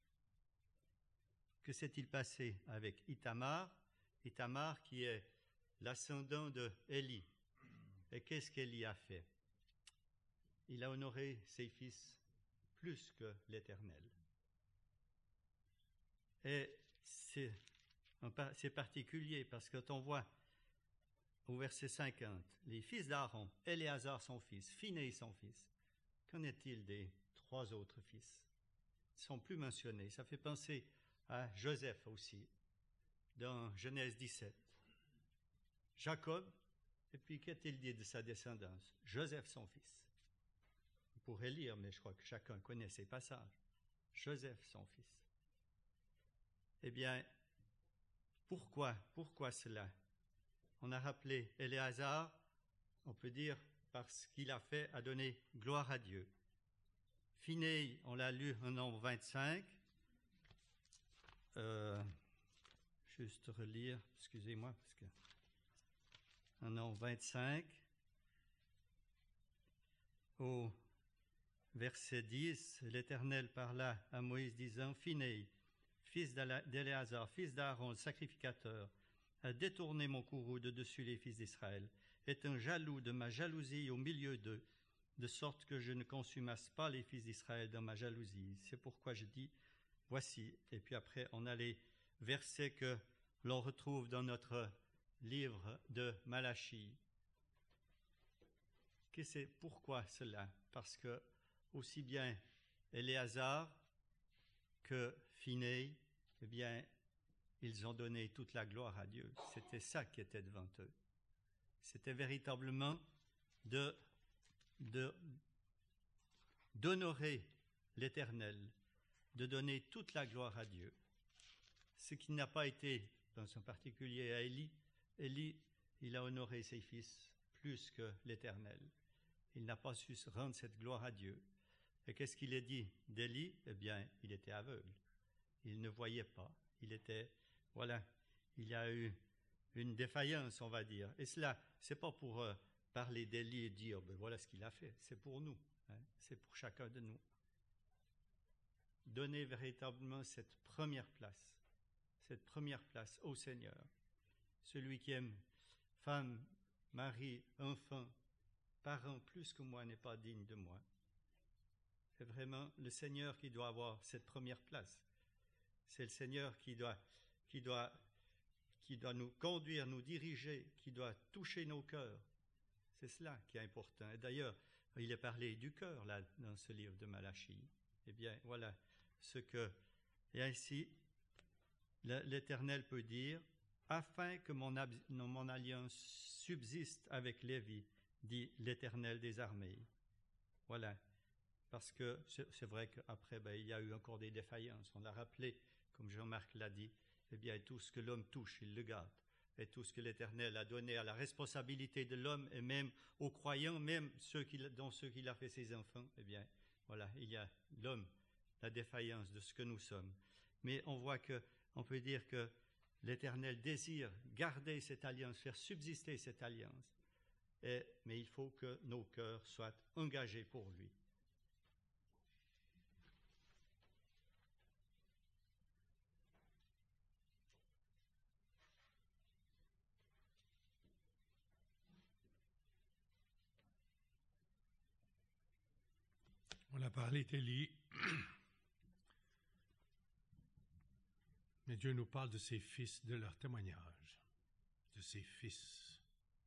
Que s'est-il passé avec Itamar? Itamar qui est l'ascendant de Élie. Et qu'est-ce qu'Élie a fait? Il a honoré ses fils plus que l'Éternel. Et c'est, c'est particulier parce que quand on voit au verset cinquante, les fils d'Aaron, Éléazar son fils, Phinéi son fils, qu'en est-il des trois autres fils? Ils ne sont plus mentionnés. Ça fait penser à Joseph aussi, dans Genèse dix-sept. Jacob, et puis qu'a-t-il dit de sa descendance? Joseph, son fils. On pourrait lire, mais je crois que chacun connaît ces passages. Joseph, son fils. Eh bien, pourquoi, pourquoi cela? On a rappelé Éléazar, on peut dire parce qu'il a fait à donner gloire à Dieu. Phinéi, on l'a lu en nombre vingt-cinq. Euh, juste relire, excusez-moi, parce que en nombre vingt-cinq, au verset dix, l'Éternel parla à Moïse disant, Phinéi, fils d'Éléazar, fils d'Aaron, sacrificateur, a détourné mon courroux de dessus les fils d'Israël, est un jaloux de ma jalousie au milieu d'eux, de sorte que je ne consumasse pas les fils d'Israël dans ma jalousie. C'est pourquoi je dis, voici. Et puis après, on a les versets que l'on retrouve dans notre livre de Malachie. Que c'est pourquoi cela? Parce que aussi bien Éléazar que Phinéi, eh bien, ils ont donné toute la gloire à Dieu. C'était ça qui était devant eux. C'était véritablement de, de, d'honorer l'Éternel, de donner toute la gloire à Dieu. Ce qui n'a pas été, dans son particulier à Élie, Élie, il a honoré ses fils plus que l'Éternel. Il n'a pas su rendre cette gloire à Dieu. Et qu'est-ce qu'il a dit d'Élie? Eh bien, il était aveugle. Il ne voyait pas. Il était, voilà, il y a eu une défaillance, on va dire. Et cela, c'est pas pour euh, parler d'Élie et dire, ben voilà ce qu'il a fait. C'est pour nous. Hein, c'est pour chacun de nous. Donner véritablement cette première place, cette première place au Seigneur. Celui qui aime femme, mari, enfant, parent plus que moi n'est pas digne de moi. C'est vraiment le Seigneur qui doit avoir cette première place. C'est le Seigneur qui doit, qui doit, qui doit nous conduire, nous diriger, qui doit toucher nos cœurs. C'est cela qui est important. Et d'ailleurs, il est parlé du cœur là dans ce livre de Malachie. Eh bien, voilà ce que, et ainsi, l'Éternel peut dire, afin que mon, mon alliance subsiste avec Lévi, dit l'Éternel des armées. Voilà. Parce que c'est vrai qu'après, ben, il y a eu encore des défaillances. On l'a rappelé, comme Jean-Marc l'a dit, eh bien, tout ce que l'homme touche, il le garde. Et tout ce que l'Éternel a donné à la responsabilité de l'homme, et même aux croyants, même ceux qui, dont ceux qu'il a fait ses enfants, eh bien, voilà, il y a l'homme, la défaillance de ce que nous sommes. Mais on voit que, on peut dire que l'Éternel désire garder cette alliance, faire subsister cette alliance. Et, mais il faut que nos cœurs soient engagés pour lui. On a parlé d'Élie, mais Dieu nous parle de ses fils, de leur témoignage, de ses fils.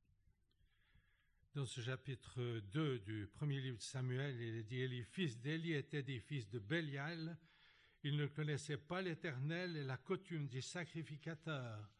Dans ce chapitre deux du premier livre de Samuel, il est dit, les fils d'Élie étaient des fils de Bélial, ils ne connaissaient pas l'Éternel et la coutume des sacrificateurs.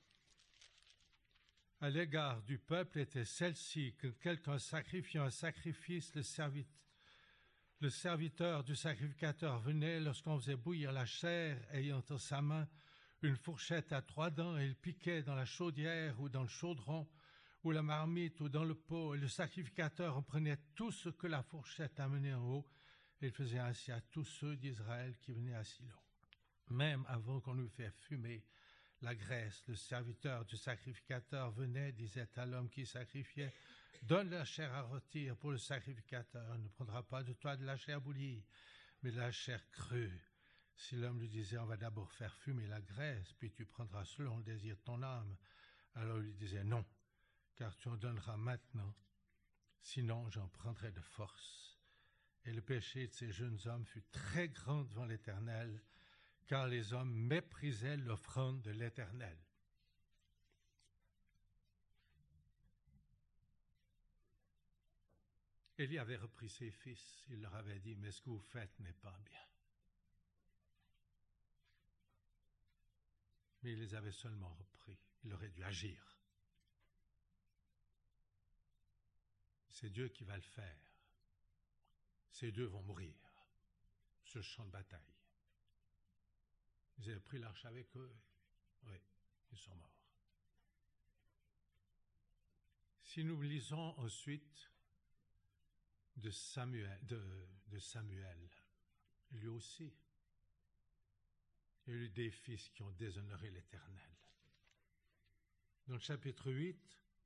À l'égard du peuple était celle-ci, que quelqu'un sacrifiant un sacrifice, le serviteur, Le serviteur du sacrificateur venait lorsqu'on faisait bouillir la chair, ayant en sa main une fourchette à trois dents, et il piquait dans la chaudière ou dans le chaudron, ou la marmite ou dans le pot, et le sacrificateur en prenait tout ce que la fourchette amenait en haut, et il faisait ainsi à tous ceux d'Israël qui venaient à Silo. Même avant qu'on eût fait fumer la graisse, le serviteur du sacrificateur venait, disait à l'homme qui sacrifiait, « Donne la chair à rôtir pour le sacrificateur, ne prendra pas de toi de la chair bouillie, mais de la chair crue. » Si l'homme lui disait, « On va d'abord faire fumer la graisse, puis tu prendras selon le désir de ton âme. » Alors il lui disait, « Non, car tu en donneras maintenant, sinon j'en prendrai de force. » Et le péché de ces jeunes hommes fut très grand devant l'Éternel, car les hommes méprisaient l'offrande de l'Éternel. Élie avait repris ses fils. Il leur avait dit, mais ce que vous faites n'est pas bien. Mais il les avait seulement repris. Il aurait dû agir. C'est Dieu qui va le faire. Ces deux vont mourir sur le champ de bataille. Ils avaient pris l'arche avec eux. Oui, ils sont morts. Si nous lisons ensuite de Samuel, de, de Samuel, lui aussi, il y a eu des fils qui ont déshonoré l'Éternel. Dans le chapitre huit,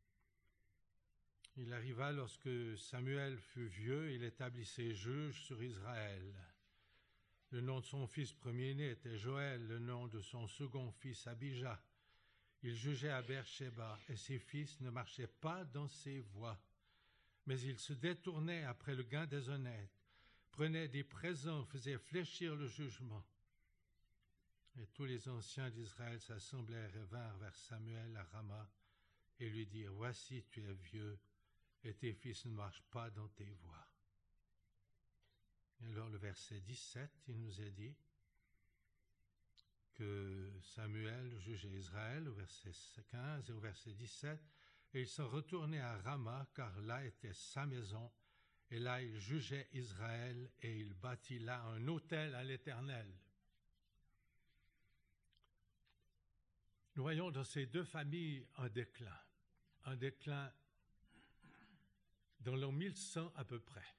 il arriva lorsque Samuel fut vieux, il établissait juge sur Israël. Le nom de son fils premier-né était Joël, le nom de son second fils Abijah. Il jugeait à Beersheba, et ses fils ne marchaient pas dans ses voies. Mais ils se détournaient après le gain des honnêtes, prenaient des présents, faisaient fléchir le jugement. Et tous les anciens d'Israël s'assemblèrent et vinrent vers Samuel à Rama et lui dirent, « Voici, tu es vieux, et tes fils ne marchent pas dans tes voies. » Et alors le verset dix-sept, il nous est dit que Samuel jugeait Israël au verset quinze et au verset dix-sept, et il s'en retournait à Rama, car là était sa maison, et là il jugeait Israël, et il bâtit là un autel à l'Éternel. Nous voyons dans ces deux familles un déclin, un déclin dans l'an mille cent à peu près.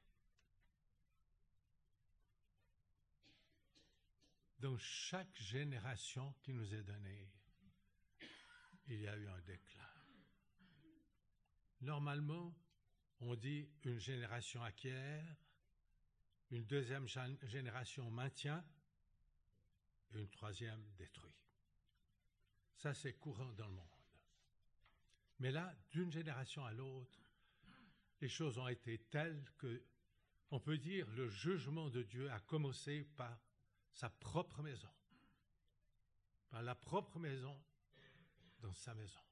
Dans chaque génération qui nous est donnée, il y a eu un déclin. Normalement, on dit une génération acquiert, une deuxième génération maintient, et une troisième détruit. Ça, c'est courant dans le monde. Mais là, d'une génération à l'autre, les choses ont été telles que, on peut dire, le jugement de Dieu a commencé par sa propre maison, par la propre maison dans sa maison.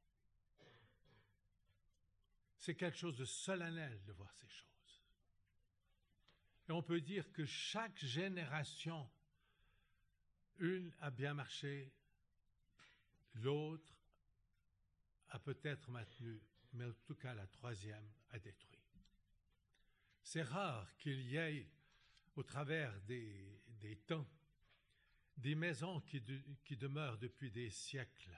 C'est quelque chose de solennel de voir ces choses. Et on peut dire que chaque génération, une a bien marché, l'autre a peut-être maintenu, mais en tout cas la troisième a détruit. C'est rare qu'il y ait, au travers des, des temps, des maisons qui, de, qui demeurent depuis des siècles.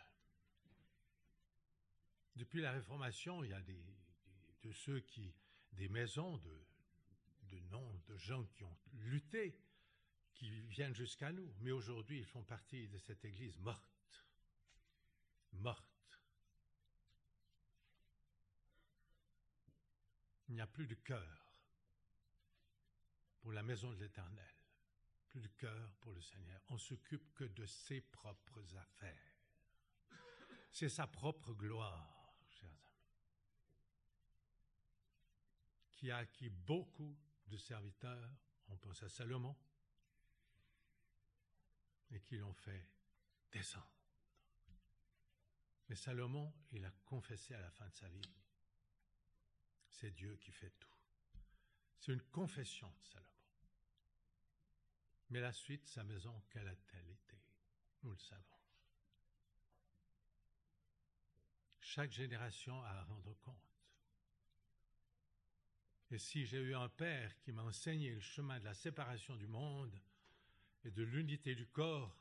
Depuis la Réformation, il y a des, des, de ceux qui, des maisons de, de noms de gens qui ont lutté, qui viennent jusqu'à nous. Mais aujourd'hui, ils font partie de cette Église morte. Morte. Il n'y a plus de cœur pour la maison de l'Éternel, plus de cœur pour le Seigneur. On s'occupe que de ses propres affaires. C'est sa propre gloire, chers amis, qui a acquis beaucoup de serviteurs, on pense à Salomon, et qui l'ont fait descendre. Mais Salomon, il a confessé à la fin de sa vie, c'est Dieu qui fait tout. C'est une confession de Salomon. Mais la suite, sa maison, quelle a-t-elle été? Nous le savons. Chaque génération a à rendre compte. Et si j'ai eu un père qui m'a enseigné le chemin de la séparation du monde et de l'unité du corps,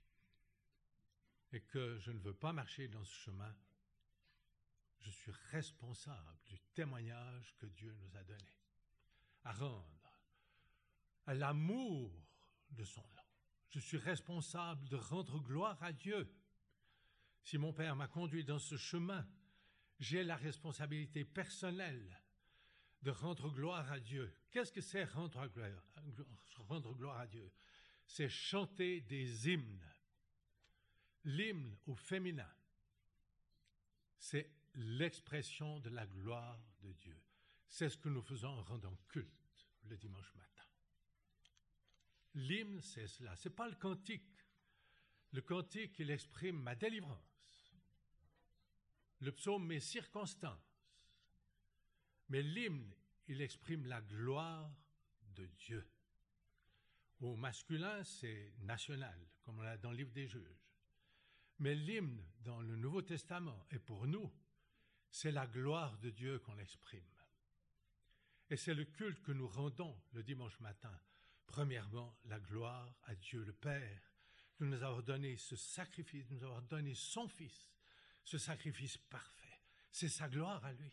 et que je ne veux pas marcher dans ce chemin, je suis responsable du témoignage que Dieu nous a donné, à rendre, à l'amour de son nom. Je suis responsable de rendre gloire à Dieu. Si mon Père m'a conduit dans ce chemin, j'ai la responsabilité personnelle de rendre gloire à Dieu. Qu'est-ce que c'est rendre gloire, rendre gloire à Dieu? C'est chanter des hymnes. L'hymne au féminin, c'est l'expression de la gloire de Dieu. C'est ce que nous faisons en rendant culte le dimanche matin. L'hymne, c'est cela. Ce n'est pas le cantique. Le cantique, il exprime ma délivrance. Le psaume, mes circonstances. Mais l'hymne, il exprime la gloire de Dieu. Au masculin, c'est national, comme on l'a dans le livre des Juges. Mais l'hymne dans le Nouveau Testament, et pour nous, c'est la gloire de Dieu qu'on exprime. Et c'est le culte que nous rendons le dimanche matin. Premièrement, la gloire à Dieu le Père, de nous avoir donné ce sacrifice, de nous avoir donné son Fils, ce sacrifice parfait. C'est sa gloire à lui.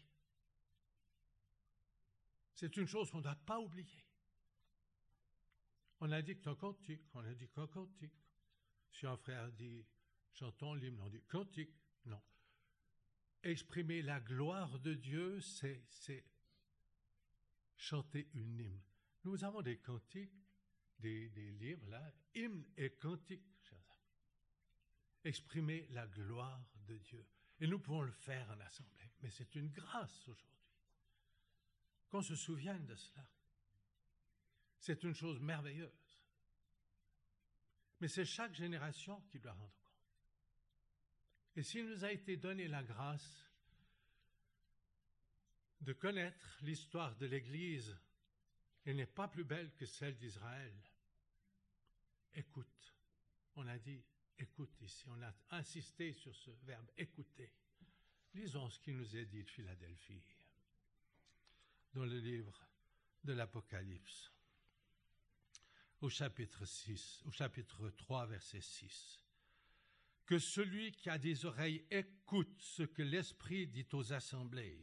C'est une chose qu'on ne doit pas oublier. On a dit qu'un cantique, on a dit qu'un cantique. Si un frère dit « chantons l'hymne », on dit « cantique ». Non. Exprimer la gloire de Dieu, c'est, c'est chanter une hymne. Nous avons des cantiques, des, des livres, là, hymnes et cantiques, chers amis. Exprimer la gloire de Dieu. Et nous pouvons le faire en assemblée. Mais c'est une grâce aujourd'hui. Qu'on se souvienne de cela. C'est une chose merveilleuse. Mais c'est chaque génération qui doit rendre compte. Et s'il nous a été donné la grâce de connaître l'histoire de l'Église, elle n'est pas plus belle que celle d'Israël. Écoute. On a dit écoute ici. On a insisté sur ce verbe écouter. Lisons ce qui nous est dit de Philadelphie dans le livre de l'Apocalypse. Au chapitre six, au chapitre trois, verset six. Que celui qui a des oreilles écoute ce que l'Esprit dit aux assemblées.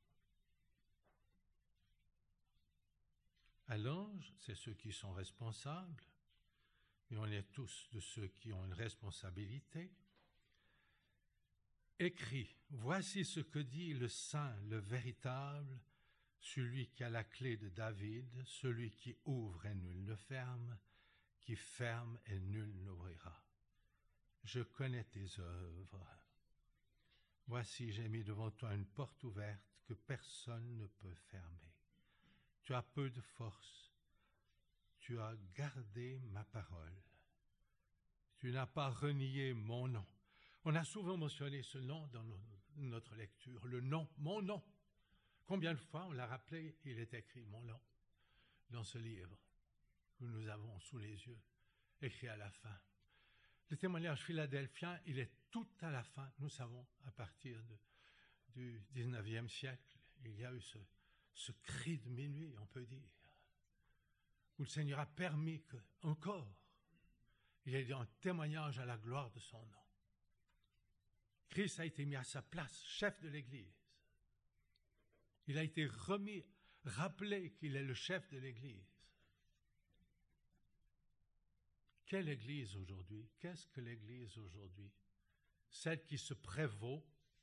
À l'ange, c'est ceux qui sont responsables, et on est tous de ceux qui ont une responsabilité. Écrit, voici ce que dit le Saint, le véritable, celui qui a la clé de David, celui qui ouvre et nul ne ferme, qui ferme et nul n'ouvrira. Je connais tes œuvres. Voici, j'ai mis devant toi une porte ouverte que personne ne peut fermer. Tu as peu de force. Tu as gardé ma parole. Tu n'as pas renié mon nom. On a souvent mentionné ce nom dans notre lecture, le nom, mon nom. Combien de fois on l'a rappelé, il est écrit mon nom dans ce livre que nous avons sous les yeux, écrit à la fin. Le témoignage philadelphien, il est tout à la fin, nous savons, à partir de, du dix-neuvième siècle, il y a eu ce, ce cri de minuit, on peut dire, où le Seigneur a permis que, encore, il y ait un témoignage à la gloire de son nom. Christ a été mis à sa place, chef de l'Église. Il a été remis, rappelé qu'il est le chef de l'Église. Quelle Église aujourd'hui? Qu'est-ce que l'Église aujourd'hui? Celle qui se prévaut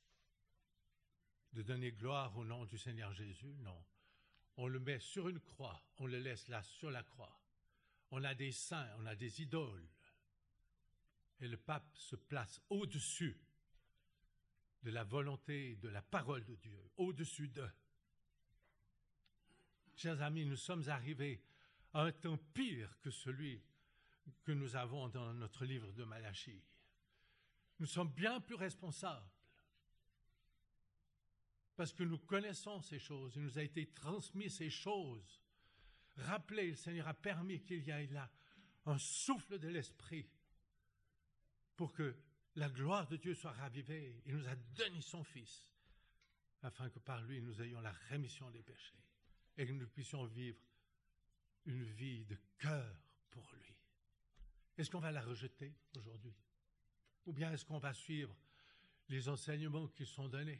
de donner gloire au nom du Seigneur Jésus? Non. On le met sur une croix, on le laisse là sur la croix. On a des saints, on a des idoles. Et le pape se place au-dessus de la volonté, de la parole de Dieu, au-dessus d'eux. Chers amis, nous sommes arrivés à un temps pire que celui que nous avons dans notre livre de Malachie. Nous sommes bien plus responsables parce que nous connaissons ces choses. Il nous a été transmis ces choses. Rappelez, le Seigneur a permis qu'il y ait là un souffle de l'Esprit pour que la gloire de Dieu soit ravivée. Il nous a donné son Fils afin que par lui nous ayons la rémission des péchés et que nous puissions vivre une vie de cœur pour lui. Est-ce qu'on va la rejeter aujourd'hui? Ou bien est-ce qu'on va suivre les enseignements qui sont donnés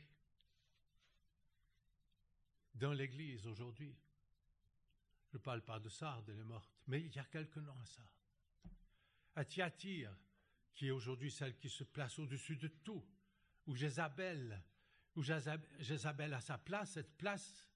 dans l'Église aujourd'hui? Je ne parle pas de Sardes, elle est morte, mais il y a quelques noms à ça. À Thyatire, qui est aujourd'hui celle qui se place au-dessus de tout, où Jézabel, où Jézabel a sa place, cette place,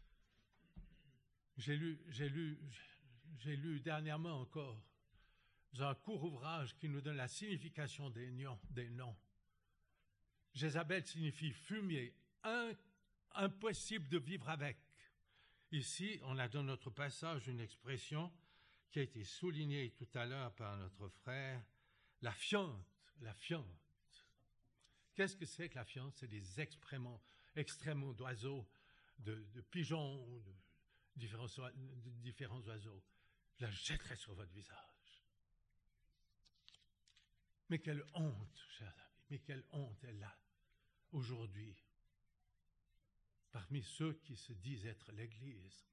j'ai lu, j'ai lu, j'ai lu dernièrement encore dans un court ouvrage qui nous donne la signification des noms. Des noms. Jézabel signifie fumier, un, impossible de vivre avec. Ici, on a dans notre passage une expression qui a été soulignée tout à l'heure par notre frère, la fiente, la fiente. Qu'est-ce que c'est que la fiente? C'est des excréments, excréments d'oiseaux, de, de pigeons, de, différents, différents oiseaux, je la jetterai sur votre visage. Mais quelle honte, chers amis, mais quelle honte est là, aujourd'hui, parmi ceux qui se disent être l'Église.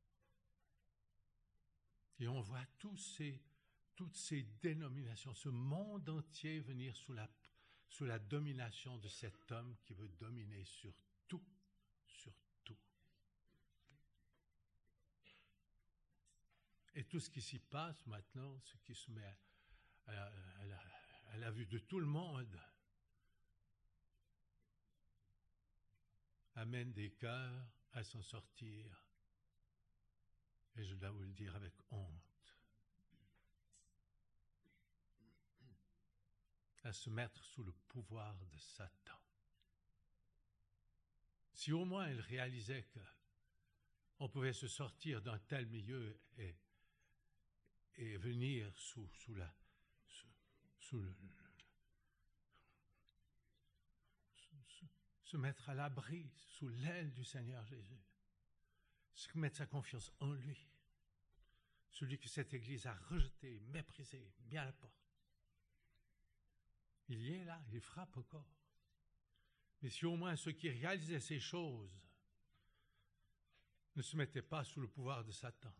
Et on voit tous ces, toutes ces dénominations, ce monde entier venir sous la, sous la domination de cet homme qui veut dominer sur tout, sur tout. Et tout ce qui s'y passe maintenant, ce qui se met à, à, à, la, à la vue de tout le monde, amène des cœurs à s'en sortir, et je dois vous le dire avec honte, à se mettre sous le pouvoir de Satan. Si au moins il réalisait qu'on pouvait se sortir d'un tel milieu et, et venir sous, sous, la, sous, sous le, se mettre à l'abri, sous l'aile du Seigneur Jésus, se mettre sa confiance en lui, celui que cette Église a rejeté, méprisé, mis à la porte. Il y est là, il frappe encore. Mais si au moins ceux qui réalisaient ces choses ne se mettaient pas sous le pouvoir de Satan.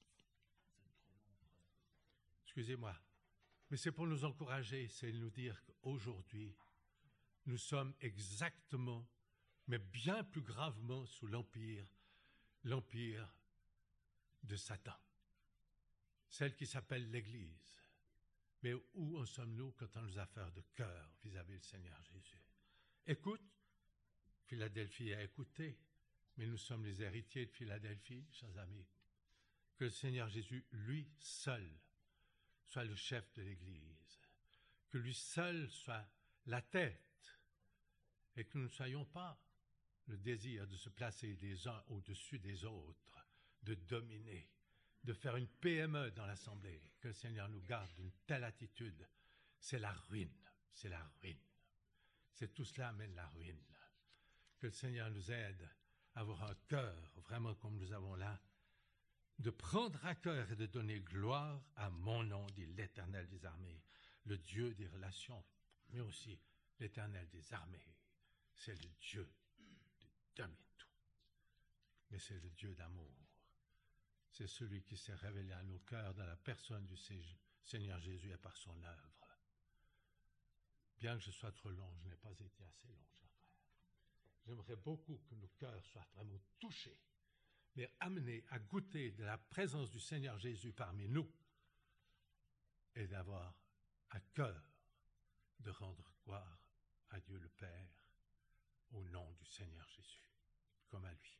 Excusez-moi, mais c'est pour nous encourager, c'est nous dire qu'aujourd'hui, nous sommes exactement, mais bien plus gravement sous l'empire, l'empire de Satan. Celle qui s'appelle l'Église. Mais où en sommes-nous quand on nous a affaires de cœur vis-à-vis du Seigneur Jésus? Écoute, Philadelphie a écouté, mais nous sommes les héritiers de Philadelphie, chers amis. Que le Seigneur Jésus, lui seul, soit le chef de l'Église. Que lui seul soit la tête. Et que nous ne soyons pas le désir de se placer les uns au-dessus des autres, de dominer, de faire une P M E dans l'Assemblée. Que le Seigneur nous garde d'une telle attitude. C'est la ruine, c'est la ruine. C'est tout cela amène la ruine. Que le Seigneur nous aide à avoir un cœur, vraiment comme nous avons là, de prendre à cœur et de donner gloire à mon nom, dit l'Éternel des armées, le Dieu des relations, mais aussi l'Éternel des armées. C'est le Dieu de dominer tout. Mais c'est le Dieu d'amour. C'est celui qui s'est révélé à nos cœurs dans la personne du Seigneur Jésus et par son œuvre. Bien que je sois trop long, je n'ai pas été assez long, chers frères. J'aimerais beaucoup que nos cœurs soient vraiment touchés, mais amenés à goûter de la présence du Seigneur Jésus parmi nous et d'avoir à cœur de rendre gloire à Dieu le Père au nom du Seigneur Jésus, comme à lui.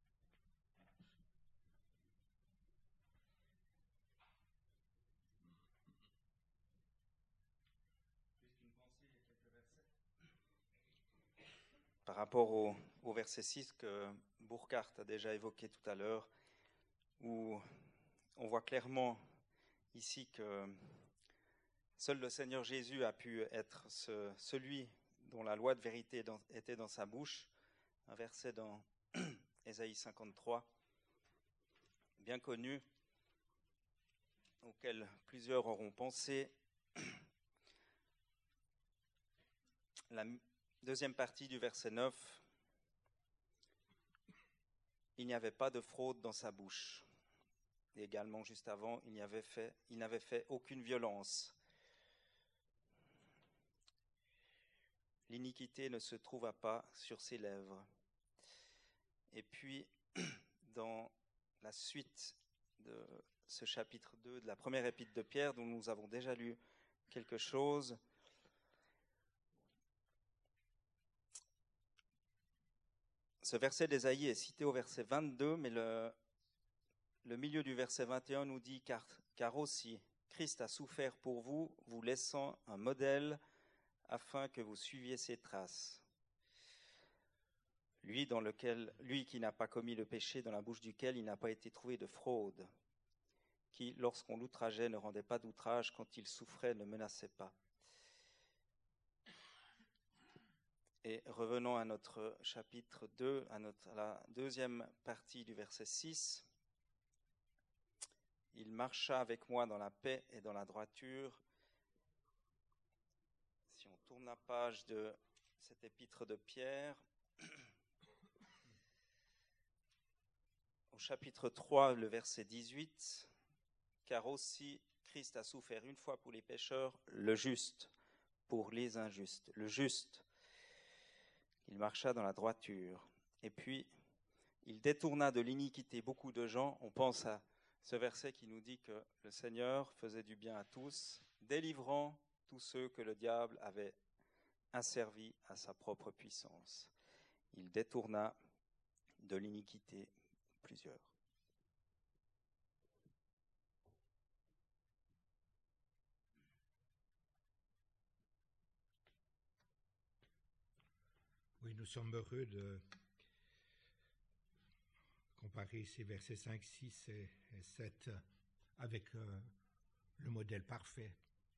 Par rapport au, au verset six que Burkhardt a déjà évoqué tout à l'heure, où on voit clairement ici que seul le Seigneur Jésus a pu être ce, celui dont la loi de vérité dans, était dans sa bouche, un verset dans Ésaïe cinquante-trois, bien connu, auquel plusieurs auront pensé. La deuxième partie du verset neuf, il n'y avait pas de fraude dans sa bouche. Et également, juste avant, il n'avait fait, il n'avait fait aucune violence. L'iniquité ne se trouva pas sur ses lèvres. Et puis, dans la suite de ce chapitre deux de la première épître de Pierre, dont nous avons déjà lu quelque chose, ce verset d'Ésaïe est cité au verset vingt-deux, mais le, le milieu du verset vingt et un nous dit car, « Car aussi Christ a souffert pour vous, vous laissant un modèle afin que vous suiviez ses traces. Lui, dans lequel, lui qui n'a pas commis le péché, dans la bouche duquel il n'a pas été trouvé de fraude, qui, lorsqu'on l'outrageait, ne rendait pas d'outrage, quand il souffrait, ne menaçait pas. » Et revenons à notre chapitre deux, à, notre, à la deuxième partie du verset six. Il marcha avec moi dans la paix et dans la droiture. Si on tourne la page de cet épître de Pierre, au chapitre trois, le verset dix-huit, « Car aussi Christ a souffert une fois pour les pécheurs, le juste pour les injustes. » Le juste, il marcha dans la droiture. Et puis, il détourna de l'iniquité beaucoup de gens. On pense à ce verset qui nous dit que le Seigneur faisait du bien à tous, délivrant tous ceux que le diable avait asservis à sa propre puissance. Il détourna de l'iniquité plusieurs. Oui, nous sommes heureux de comparer ces versets cinq, six et, et sept avec euh, le modèle parfait.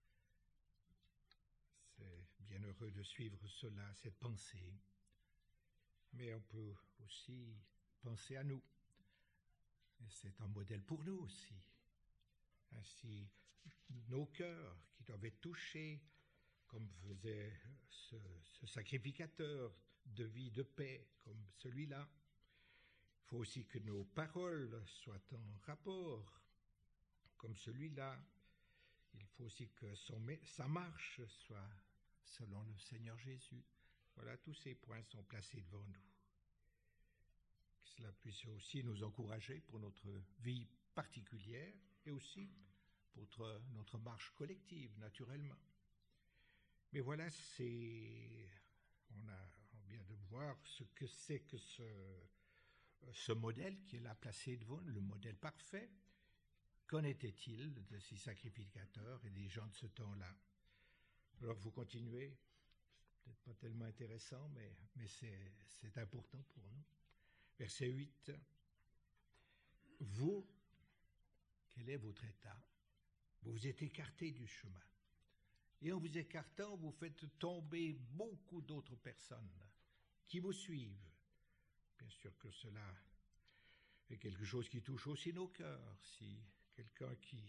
C'est bien heureux de suivre cela, cette pensée. Mais on peut aussi penser à nous. Et c'est un modèle pour nous aussi. Ainsi, nos cœurs qui doivent être touchés, comme faisait ce, ce sacrificateur de vie, de paix, comme celui-là. Il faut aussi que nos paroles soient en rapport, comme celui-là. Il faut aussi que son, sa marche soit selon le Seigneur Jésus. Voilà, tous ces points sont placés devant nous. Que cela puisse aussi nous encourager pour notre vie particulière et aussi pour notre, notre marche collective, naturellement. Mais voilà, c'est, on, a, on vient de voir ce que c'est que ce, ce modèle qui est là placé devant nous, le modèle parfait. Qu'en était-il de ces sacrificateurs et des gens de ce temps-là? Alors vous continuez, peut-être pas tellement intéressant, mais, mais c'est, c'est important pour nous. Verset huit. Vous, quel est votre état? Vous vous êtes écartés du chemin. Et en vous écartant, vous faites tomber beaucoup d'autres personnes qui vous suivent. Bien sûr que cela est quelque chose qui touche aussi nos cœurs. Si quelqu'un qui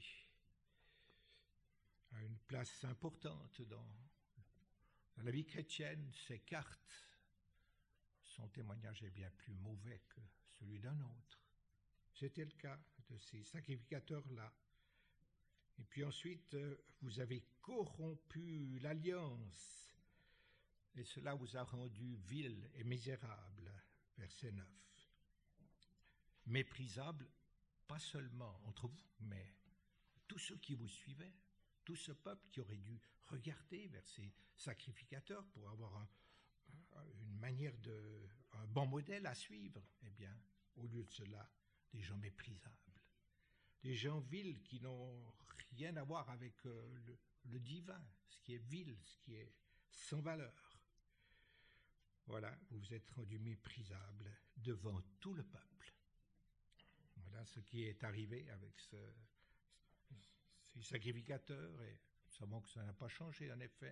a une place importante dans, dans la vie chrétienne s'écarte, son témoignage est bien plus mauvais que celui d'un autre. C'était le cas de ces sacrificateurs-là. Et puis ensuite, vous avez corrompu l'alliance, et cela vous a rendu vil et misérable. Verset neuf. Méprisable, pas seulement entre vous, mais tous ceux qui vous suivaient, tout ce peuple qui aurait dû regarder vers ces sacrificateurs pour avoir un, une manière de, un bon modèle à suivre. Eh bien, au lieu de cela, des gens méprisables. Des gens vils qui n'ont rien à voir avec euh, le, le divin, ce qui est vil, ce qui est sans valeur. Voilà, vous vous êtes rendu méprisable devant tout le peuple. Voilà ce qui est arrivé avec ce, ces sacrificateurs, et nous savons que ça n'a pas changé en effet.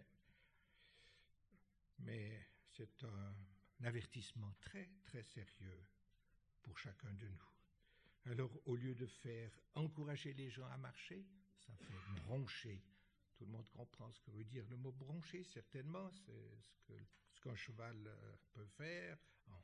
Mais c'est un, un avertissement très très sérieux pour chacun de nous. Alors, au lieu de faire encourager les gens à marcher, ça fait broncher. Tout le monde comprend ce que veut dire le mot broncher, certainement. C'est ce, que, ce qu'un cheval peut faire, en,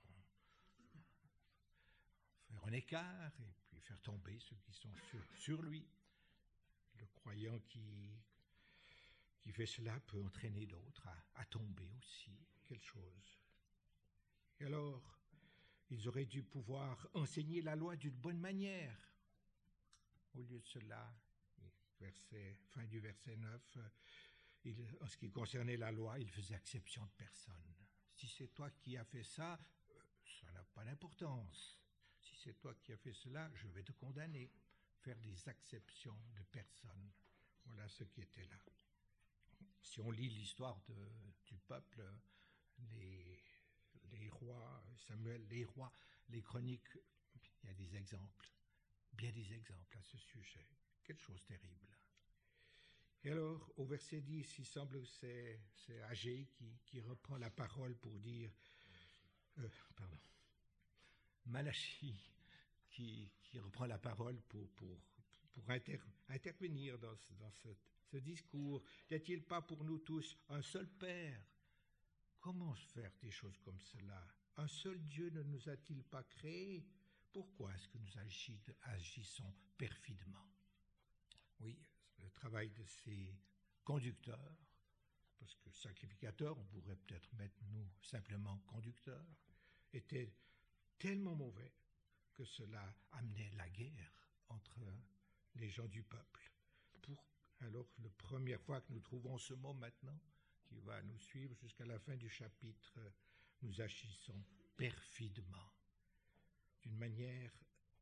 faire un écart et puis faire tomber ceux qui sont sur, sur lui. Le croyant qui, qui fait cela peut entraîner d'autres à, à tomber aussi. Quelle chose. Et alors, ils auraient dû pouvoir enseigner la loi d'une bonne manière. Au lieu de cela, verset, fin du verset neuf, il, en ce qui concernait la loi, il faisait exception de personne. Si c'est toi qui as fait ça, ça n'a pas d'importance. Si c'est toi qui as fait cela, je vais te condamner. Faire des exceptions de personne. Voilà ce qui était là. Si on lit l'histoire de, du peuple, les... les rois, Samuel, les rois, les chroniques, il y a des exemples, bien des exemples à ce sujet. Quelque chose de terrible. Et alors, au verset dix, il semble que c'est, c'est Agé qui, qui reprend la parole pour dire, euh, pardon, Malachie qui, qui reprend la parole pour, pour pour inter, intervenir dans, ce, dans ce, ce discours. N'y a-t-il pas pour nous tous un seul Père? Comment faire des choses comme cela? Un seul Dieu ne nous a-t-il pas créés? Pourquoi est-ce que nous agis, agissons perfidement? Oui, le travail de ces conducteurs, parce que sacrificateur, on pourrait peut-être mettre nous simplement conducteurs, était tellement mauvais que cela amenait la guerre entre les gens du peuple. Pour, alors, la première fois que nous trouvons ce mot maintenant, qui va nous suivre jusqu'à la fin du chapitre, nous agissons perfidement, d'une manière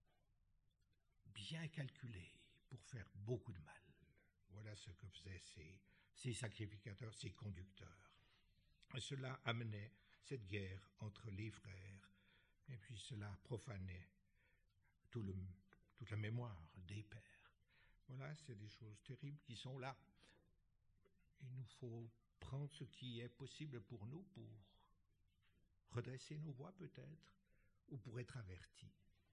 bien calculée pour faire beaucoup de mal. Voilà ce que faisaient ces, ces sacrificateurs, ces conducteurs. Et cela amenait cette guerre entre les frères, et puis cela profanait tout le, toute la mémoire des pères. Voilà, c'est des choses terribles qui sont là. Il nous faut prendre ce qui est possible pour nous, pour redresser nos voix peut-être, ou pour être avertis.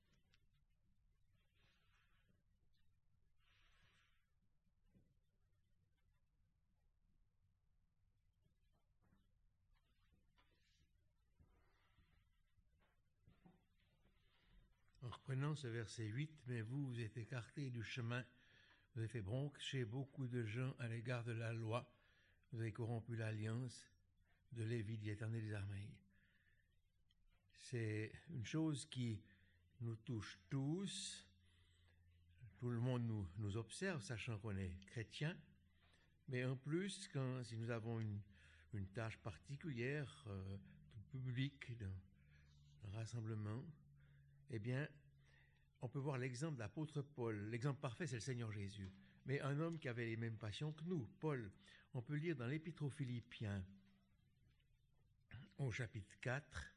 En reprenant ce verset huit, mais vous, vous êtes écartés du chemin, vous avez fait broncher beaucoup de gens à l'égard de la loi, vous avez corrompu l'alliance de Lévi, dit l'Éternel des armées. C'est une chose qui nous touche tous. Tout le monde nous, nous observe, sachant qu'on est chrétien. Mais en plus, quand, si nous avons une, une tâche particulière, euh, tout public, dans un rassemblement, eh bien, on peut voir l'exemple de l'apôtre Paul. L'exemple parfait, c'est le Seigneur Jésus. Mais un homme qui avait les mêmes passions que nous, Paul. On peut lire dans l'Épître aux Philippiens, au chapitre quatre,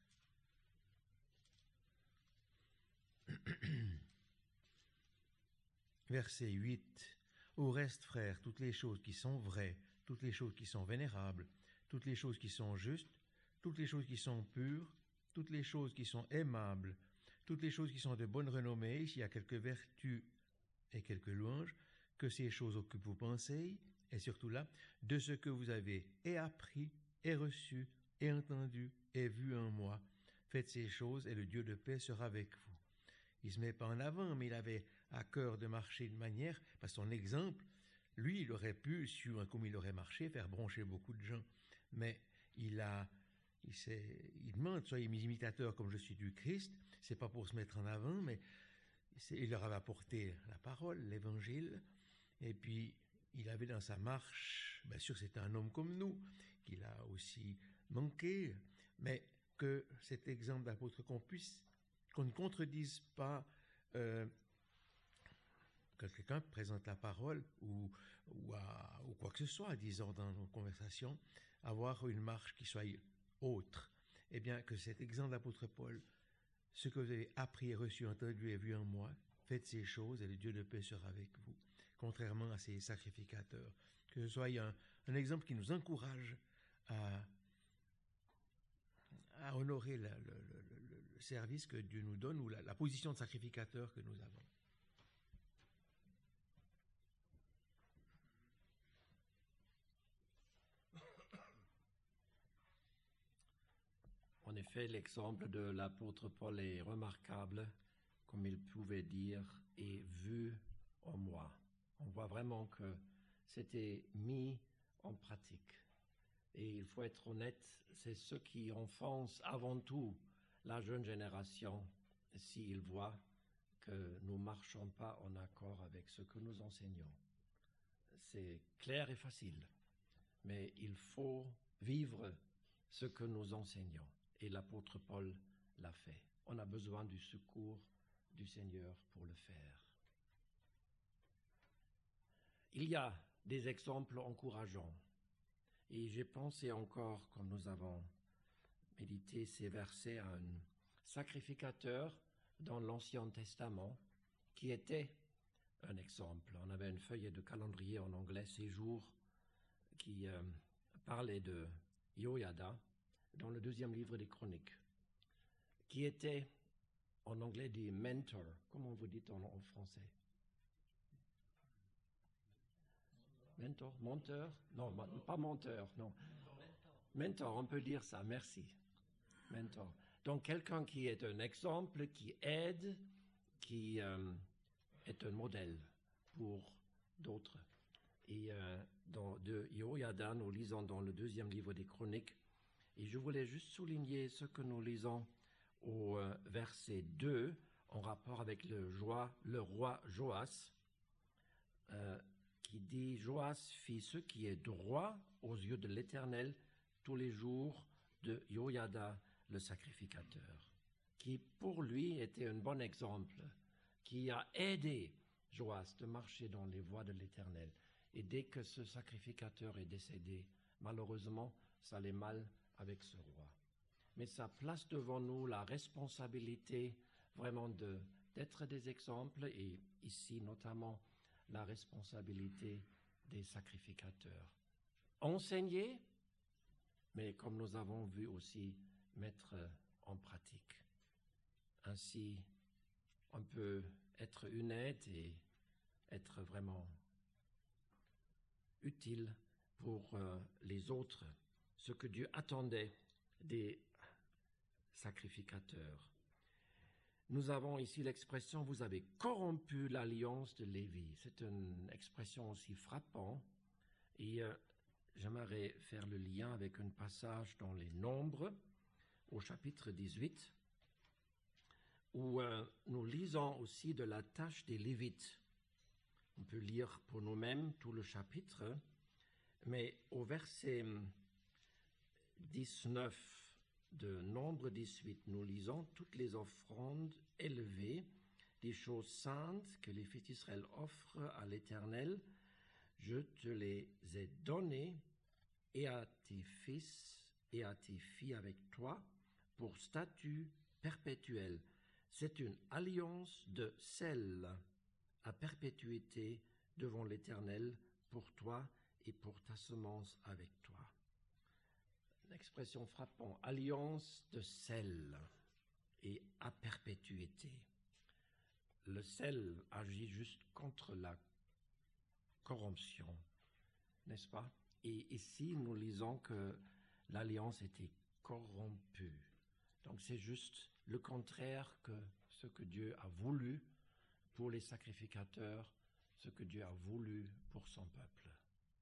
verset huit. Au reste, frères, toutes les choses qui sont vraies, toutes les choses qui sont vénérables, toutes les choses qui sont justes, toutes les choses qui sont pures, toutes les choses qui sont aimables, toutes les choses qui sont de bonne renommée, s'il y a quelques vertus et quelques louanges, que ces choses occupent vos pensées, et surtout là, de ce que vous avez et appris, et reçu, et entendu, et vu en moi. Faites ces choses, et le Dieu de paix sera avec vous. Il ne se met pas en avant, mais il avait à cœur de marcher de manière, par son exemple, lui, il aurait pu, sur comme il aurait marché, faire broncher beaucoup de gens. Mais il a, il, il demande, soyez mes imitateurs comme je suis du Christ. C'est pas pour se mettre en avant, mais il leur avait apporté la parole, l'évangile, et puis il avait dans sa marche, bien sûr c'était un homme comme nous, qu'il a aussi manqué, mais que cet exemple d'apôtre qu'on puisse, qu'on ne contredise pas, euh, que quelqu'un présente la parole ou, ou, à, ou quoi que ce soit, disons dans nos conversations, avoir une marche qui soit autre. Eh bien, que cet exemple d'apôtre Paul, ce que vous avez appris et reçu, entendu et vu en moi, faites ces choses et le Dieu de paix sera avec vous, contrairement à ces sacrificateurs. Que ce soit un, un exemple qui nous encourage à, à honorer la, le, le, le service que Dieu nous donne ou la, la position de sacrificateur que nous avons. En effet, l'exemple de l'apôtre Paul est remarquable, comme il pouvait dire, et vu en moi. On voit vraiment que c'était mis en pratique. Et il faut être honnête, c'est ce qui enfonce avant tout la jeune génération s'ils voient que nous ne marchons pas en accord avec ce que nous enseignons. C'est clair et facile, mais il faut vivre ce que nous enseignons. Et l'apôtre Paul l'a fait. On a besoin du secours du Seigneur pour le faire. Il y a des exemples encourageants. Et j'ai pensé encore, quand nous avons médité ces versets, à un sacrificateur dans l'Ancien Testament qui était un exemple. On avait une feuille de calendrier en anglais ces jours qui euh, parlait de Joiada dans le deuxième livre des Chroniques, qui était en anglais dit mentor, comment vous dites en, en français? mentor, monteur, non, pas monteur, non. Mentor, on peut dire ça, merci. Mentor. Donc quelqu'un qui est un exemple, qui aide, qui euh, est un modèle pour d'autres. Et euh, dans de Yoyada, nous lisons dans le deuxième livre des Chroniques, et je voulais juste souligner ce que nous lisons au euh, verset deux, en rapport avec le, joie, le roi Joas, euh, qui dit « Joas fit ce qui est droit aux yeux de l'Éternel tous les jours de Yoyada, le sacrificateur, qui pour lui était un bon exemple, qui a aidé Joas de marcher dans les voies de l'Éternel. Et dès que ce sacrificateur est décédé, malheureusement, ça allait mal avec ce roi. Mais ça place devant nous la responsabilité vraiment de, d'être des exemples, et ici notamment la responsabilité des sacrificateurs. Enseigner, mais comme nous avons vu aussi, mettre en pratique. Ainsi, on peut être une aide et être vraiment utile pour euh, les autres, ce que Dieu attendait des sacrificateurs. Nous avons ici l'expression « vous avez corrompu l'alliance de Lévi ». C'est une expression aussi frappante et euh, j'aimerais faire le lien avec un passage dans les Nombres au chapitre dix-huit où euh, nous lisons aussi de la tâche des Lévites. On peut lire pour nous-mêmes tout le chapitre, mais au verset dix-neuf de Nombre dix-huit, nous lisons « Toutes les offrandes élevées, des choses saintes que les fils d'Israël offrent à l'Éternel, je te les ai données et à tes fils et à tes filles avec toi pour statut perpétuel. C'est une alliance de sel à perpétuité devant l'Éternel pour toi et pour ta semence avec toi. » L'expression frappante, alliance de sel et à perpétuité. Le sel agit juste contre la corruption, n'est-ce pas? Et ici, nous lisons que l'alliance était corrompue. Donc c'est juste le contraire que ce que Dieu a voulu pour les sacrificateurs, ce que Dieu a voulu pour son peuple.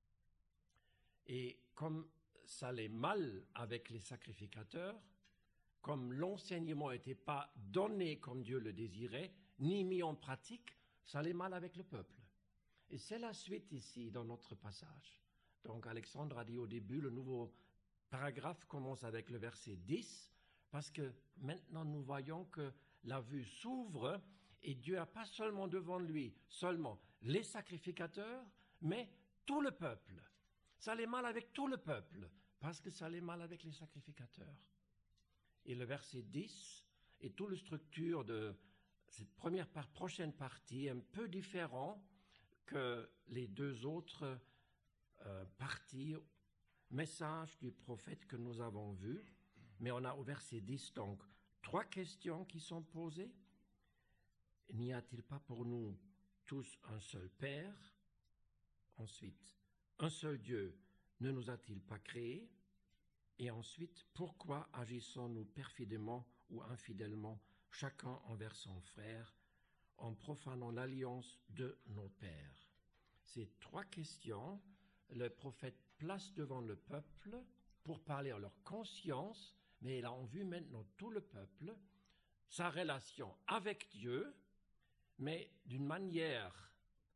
Et comme ça allait mal avec les sacrificateurs, comme l'enseignement n'était pas donné comme Dieu le désirait, ni mis en pratique, ça allait mal avec le peuple. Et c'est la suite ici dans notre passage. Donc Alexandre a dit au début, le nouveau paragraphe commence avec le verset dix, parce que maintenant nous voyons que la vue s'ouvre et Dieu n'a pas seulement devant lui, seulement les sacrificateurs, mais tout le peuple. Ça allait mal avec tout le peuple, parce que ça allait mal avec les sacrificateurs. Et le verset dix et toute la structure de cette première par, prochaine partie est un peu différent que les deux autres euh, parties, messages du prophète que nous avons vus. Mais on a au verset dix, donc, trois questions qui sont posées. N'y a-t-il pas pour nous tous un seul Père? Ensuite, un seul Dieu ne nous a-t-il pas créés? Et ensuite, pourquoi agissons-nous perfidement ou infidèlement, chacun envers son frère, en profanant l'alliance de nos pères? Ces trois questions, le prophète place devant le peuple pour parler à leur conscience, mais il a en vue maintenant tout le peuple, sa relation avec Dieu, mais d'une manière,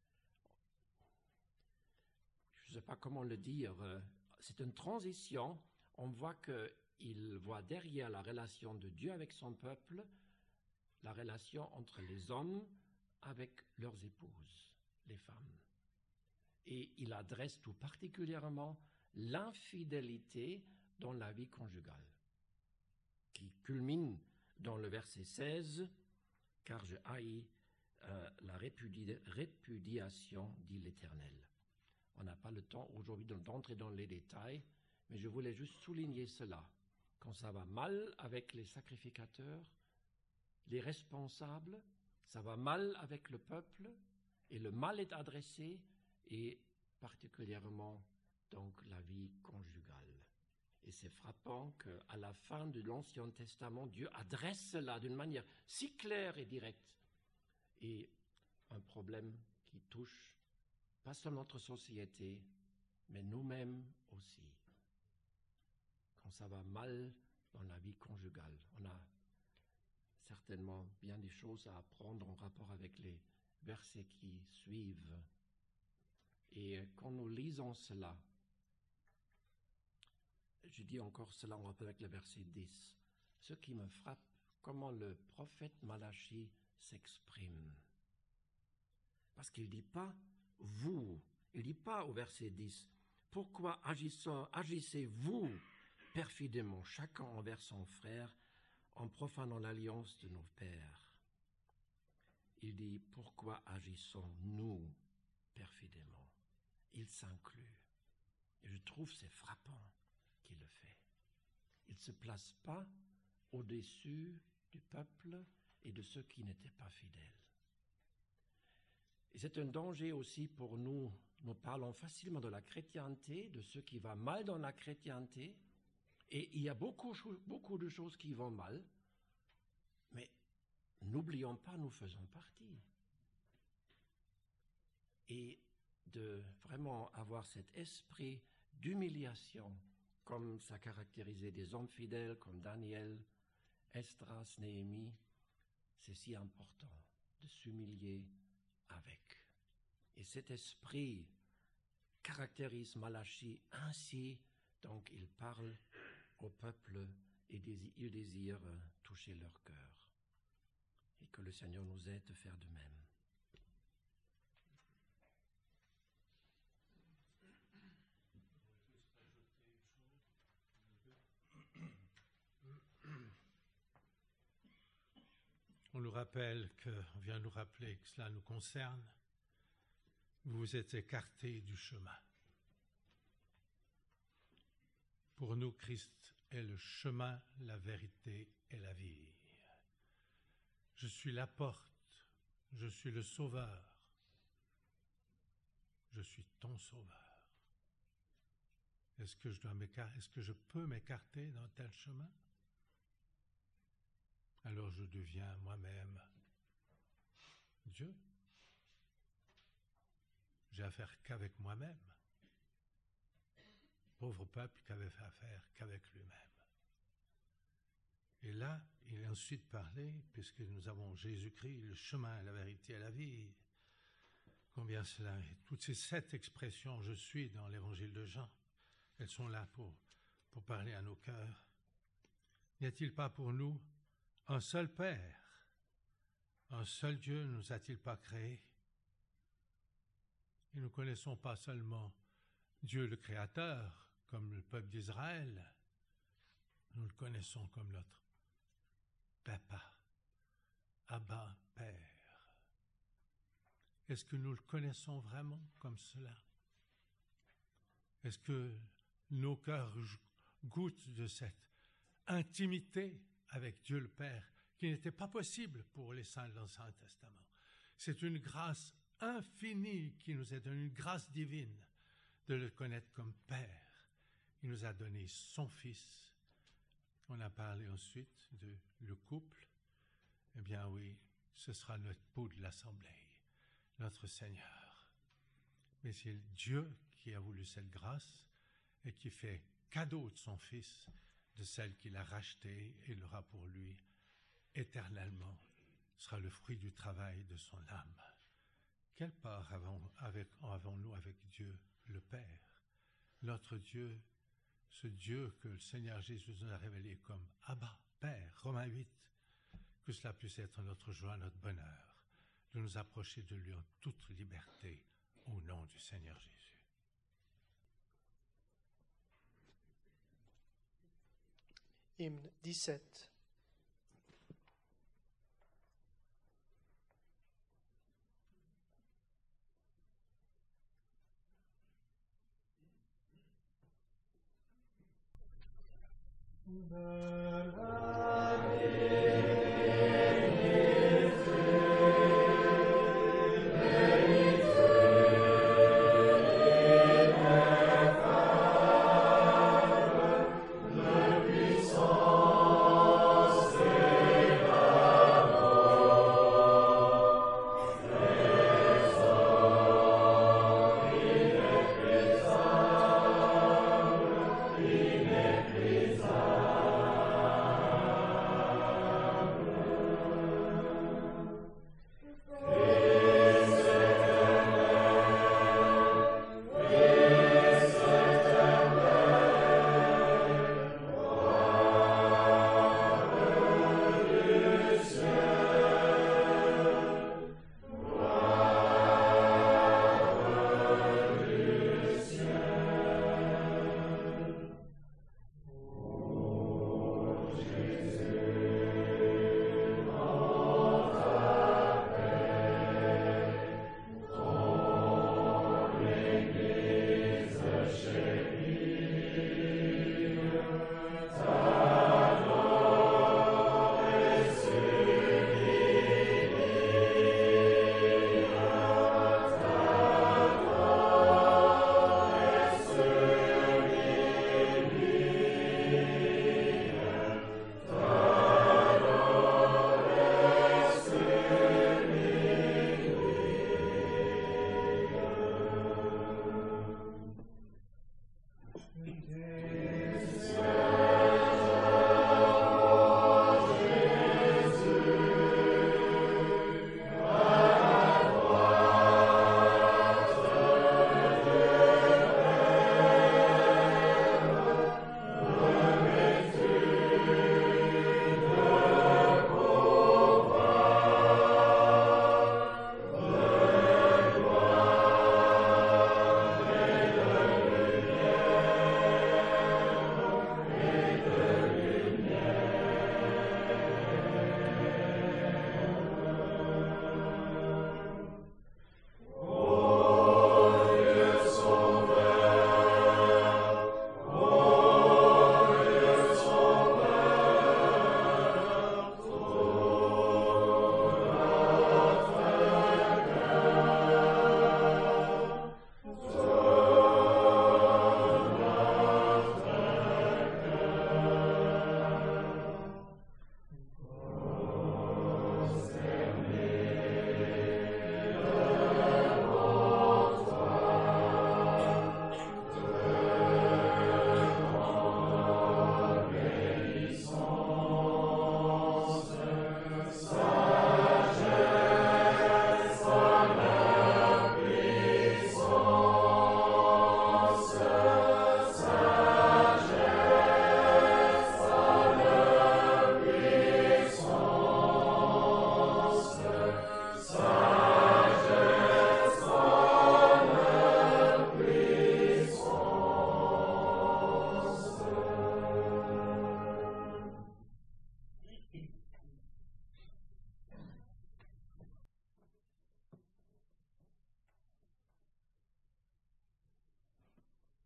je ne sais pas comment le dire, c'est une transition. On voit qu'il voit derrière la relation de Dieu avec son peuple, la relation entre les hommes avec leurs épouses, les femmes. Et il adresse tout particulièrement l'infidélité dans la vie conjugale, qui culmine dans le verset seize, « Car je haïs euh, la répudi- répudiation, dit l'Éternel. » On n'a pas le temps aujourd'hui d'entrer dans les détails, mais je voulais juste souligner cela. Quand ça va mal avec les sacrificateurs, les responsables, ça va mal avec le peuple, et le mal est adressé, et particulièrement donc la vie conjugale. Et c'est frappant qu'à la fin de l'Ancien Testament, Dieu adresse cela d'une manière si claire et directe. Et un problème qui touche pas seulement notre société, mais nous-mêmes aussi. Quand ça va mal dans la vie conjugale, on a certainement bien des choses à apprendre en rapport avec les versets qui suivent. Et quand nous lisons cela, je dis encore cela en rapport avec le verset dix, ce qui me frappe, comment le prophète Malachi s'exprime. Parce qu'il ne dit pas « vous », il ne dit pas au verset dix « pourquoi agissez-vous perfidément chacun envers son frère en profanant l'alliance de nos pères ?» Il dit « pourquoi agissons-nous perfidément ?» Il s'inclut. Et je trouve c'est frappant qu'il le fait. Il ne se place pas au-dessus du peuple et de ceux qui n'étaient pas fidèles. Et c'est un danger aussi pour nous. Nous parlons facilement de la chrétienté, de ce qui va mal dans la chrétienté, et il y a beaucoup, beaucoup de choses qui vont mal, mais n'oublions pas, nous faisons partie. Et de vraiment avoir cet esprit d'humiliation, comme ça caractérisait des hommes fidèles comme Daniel, Esdras, Néhémie, c'est si important de s'humilier avec. Et cet esprit caractérise Malachi ainsi, donc il parle au peuple et il désire toucher leur cœur. Et que le Seigneur nous aide à faire de même. On nous rappelle que, on vient nous rappeler que cela nous concerne. Vous vous êtes écartés du chemin. Pour nous, Christ est le chemin, la vérité et la vie. Je suis la porte, je suis le sauveur, je suis ton sauveur. Est-ce que je dois m'écarter, est-ce que je peux m'écarter d'un tel chemin? Alors je deviens moi-même Dieu. J'ai affaire qu'avec moi-même. Pauvre peuple qui avait affaire qu'avec lui-même. Et là, il est ensuite parlé, puisque nous avons Jésus-Christ, le chemin, la vérité et la vie. Combien cela est. Toutes ces sept expressions, je suis dans l'évangile de Jean, elles sont là pour, pour parler à nos cœurs. N'y a-t-il pas pour nous un seul Père? Un seul Dieu ne nous a-t-il pas créés? Et nous ne connaissons pas seulement Dieu le Créateur, comme le peuple d'Israël, nous le connaissons comme notre Papa, Abba, Père. Est-ce que nous le connaissons vraiment comme cela? Est-ce que nos cœurs goûtent de cette intimité avec Dieu le Père, qui n'était pas possible pour les saints de l'Ancien Testament? C'est une grâce infinie qui nous est donnée, une grâce divine, de le connaître comme Père. Il nous a donné son Fils. On a parlé ensuite de le couple. Eh bien oui, ce sera notre époux de l'Assemblée, notre Seigneur. Mais c'est Dieu qui a voulu cette grâce et qui fait cadeau de son Fils, de celle qu'il a rachetée et l'aura pour lui éternellement. Ce sera le fruit du travail de son âme. Quelle part avons, avec, avons-nous avec Dieu, le Père, notre Dieu, ce Dieu que le Seigneur Jésus nous a révélé comme Abba, Père, Romains huit, que cela puisse être notre joie, notre bonheur, de nous approcher de lui en toute liberté, au nom du Seigneur Jésus. Hymne dix-sept. The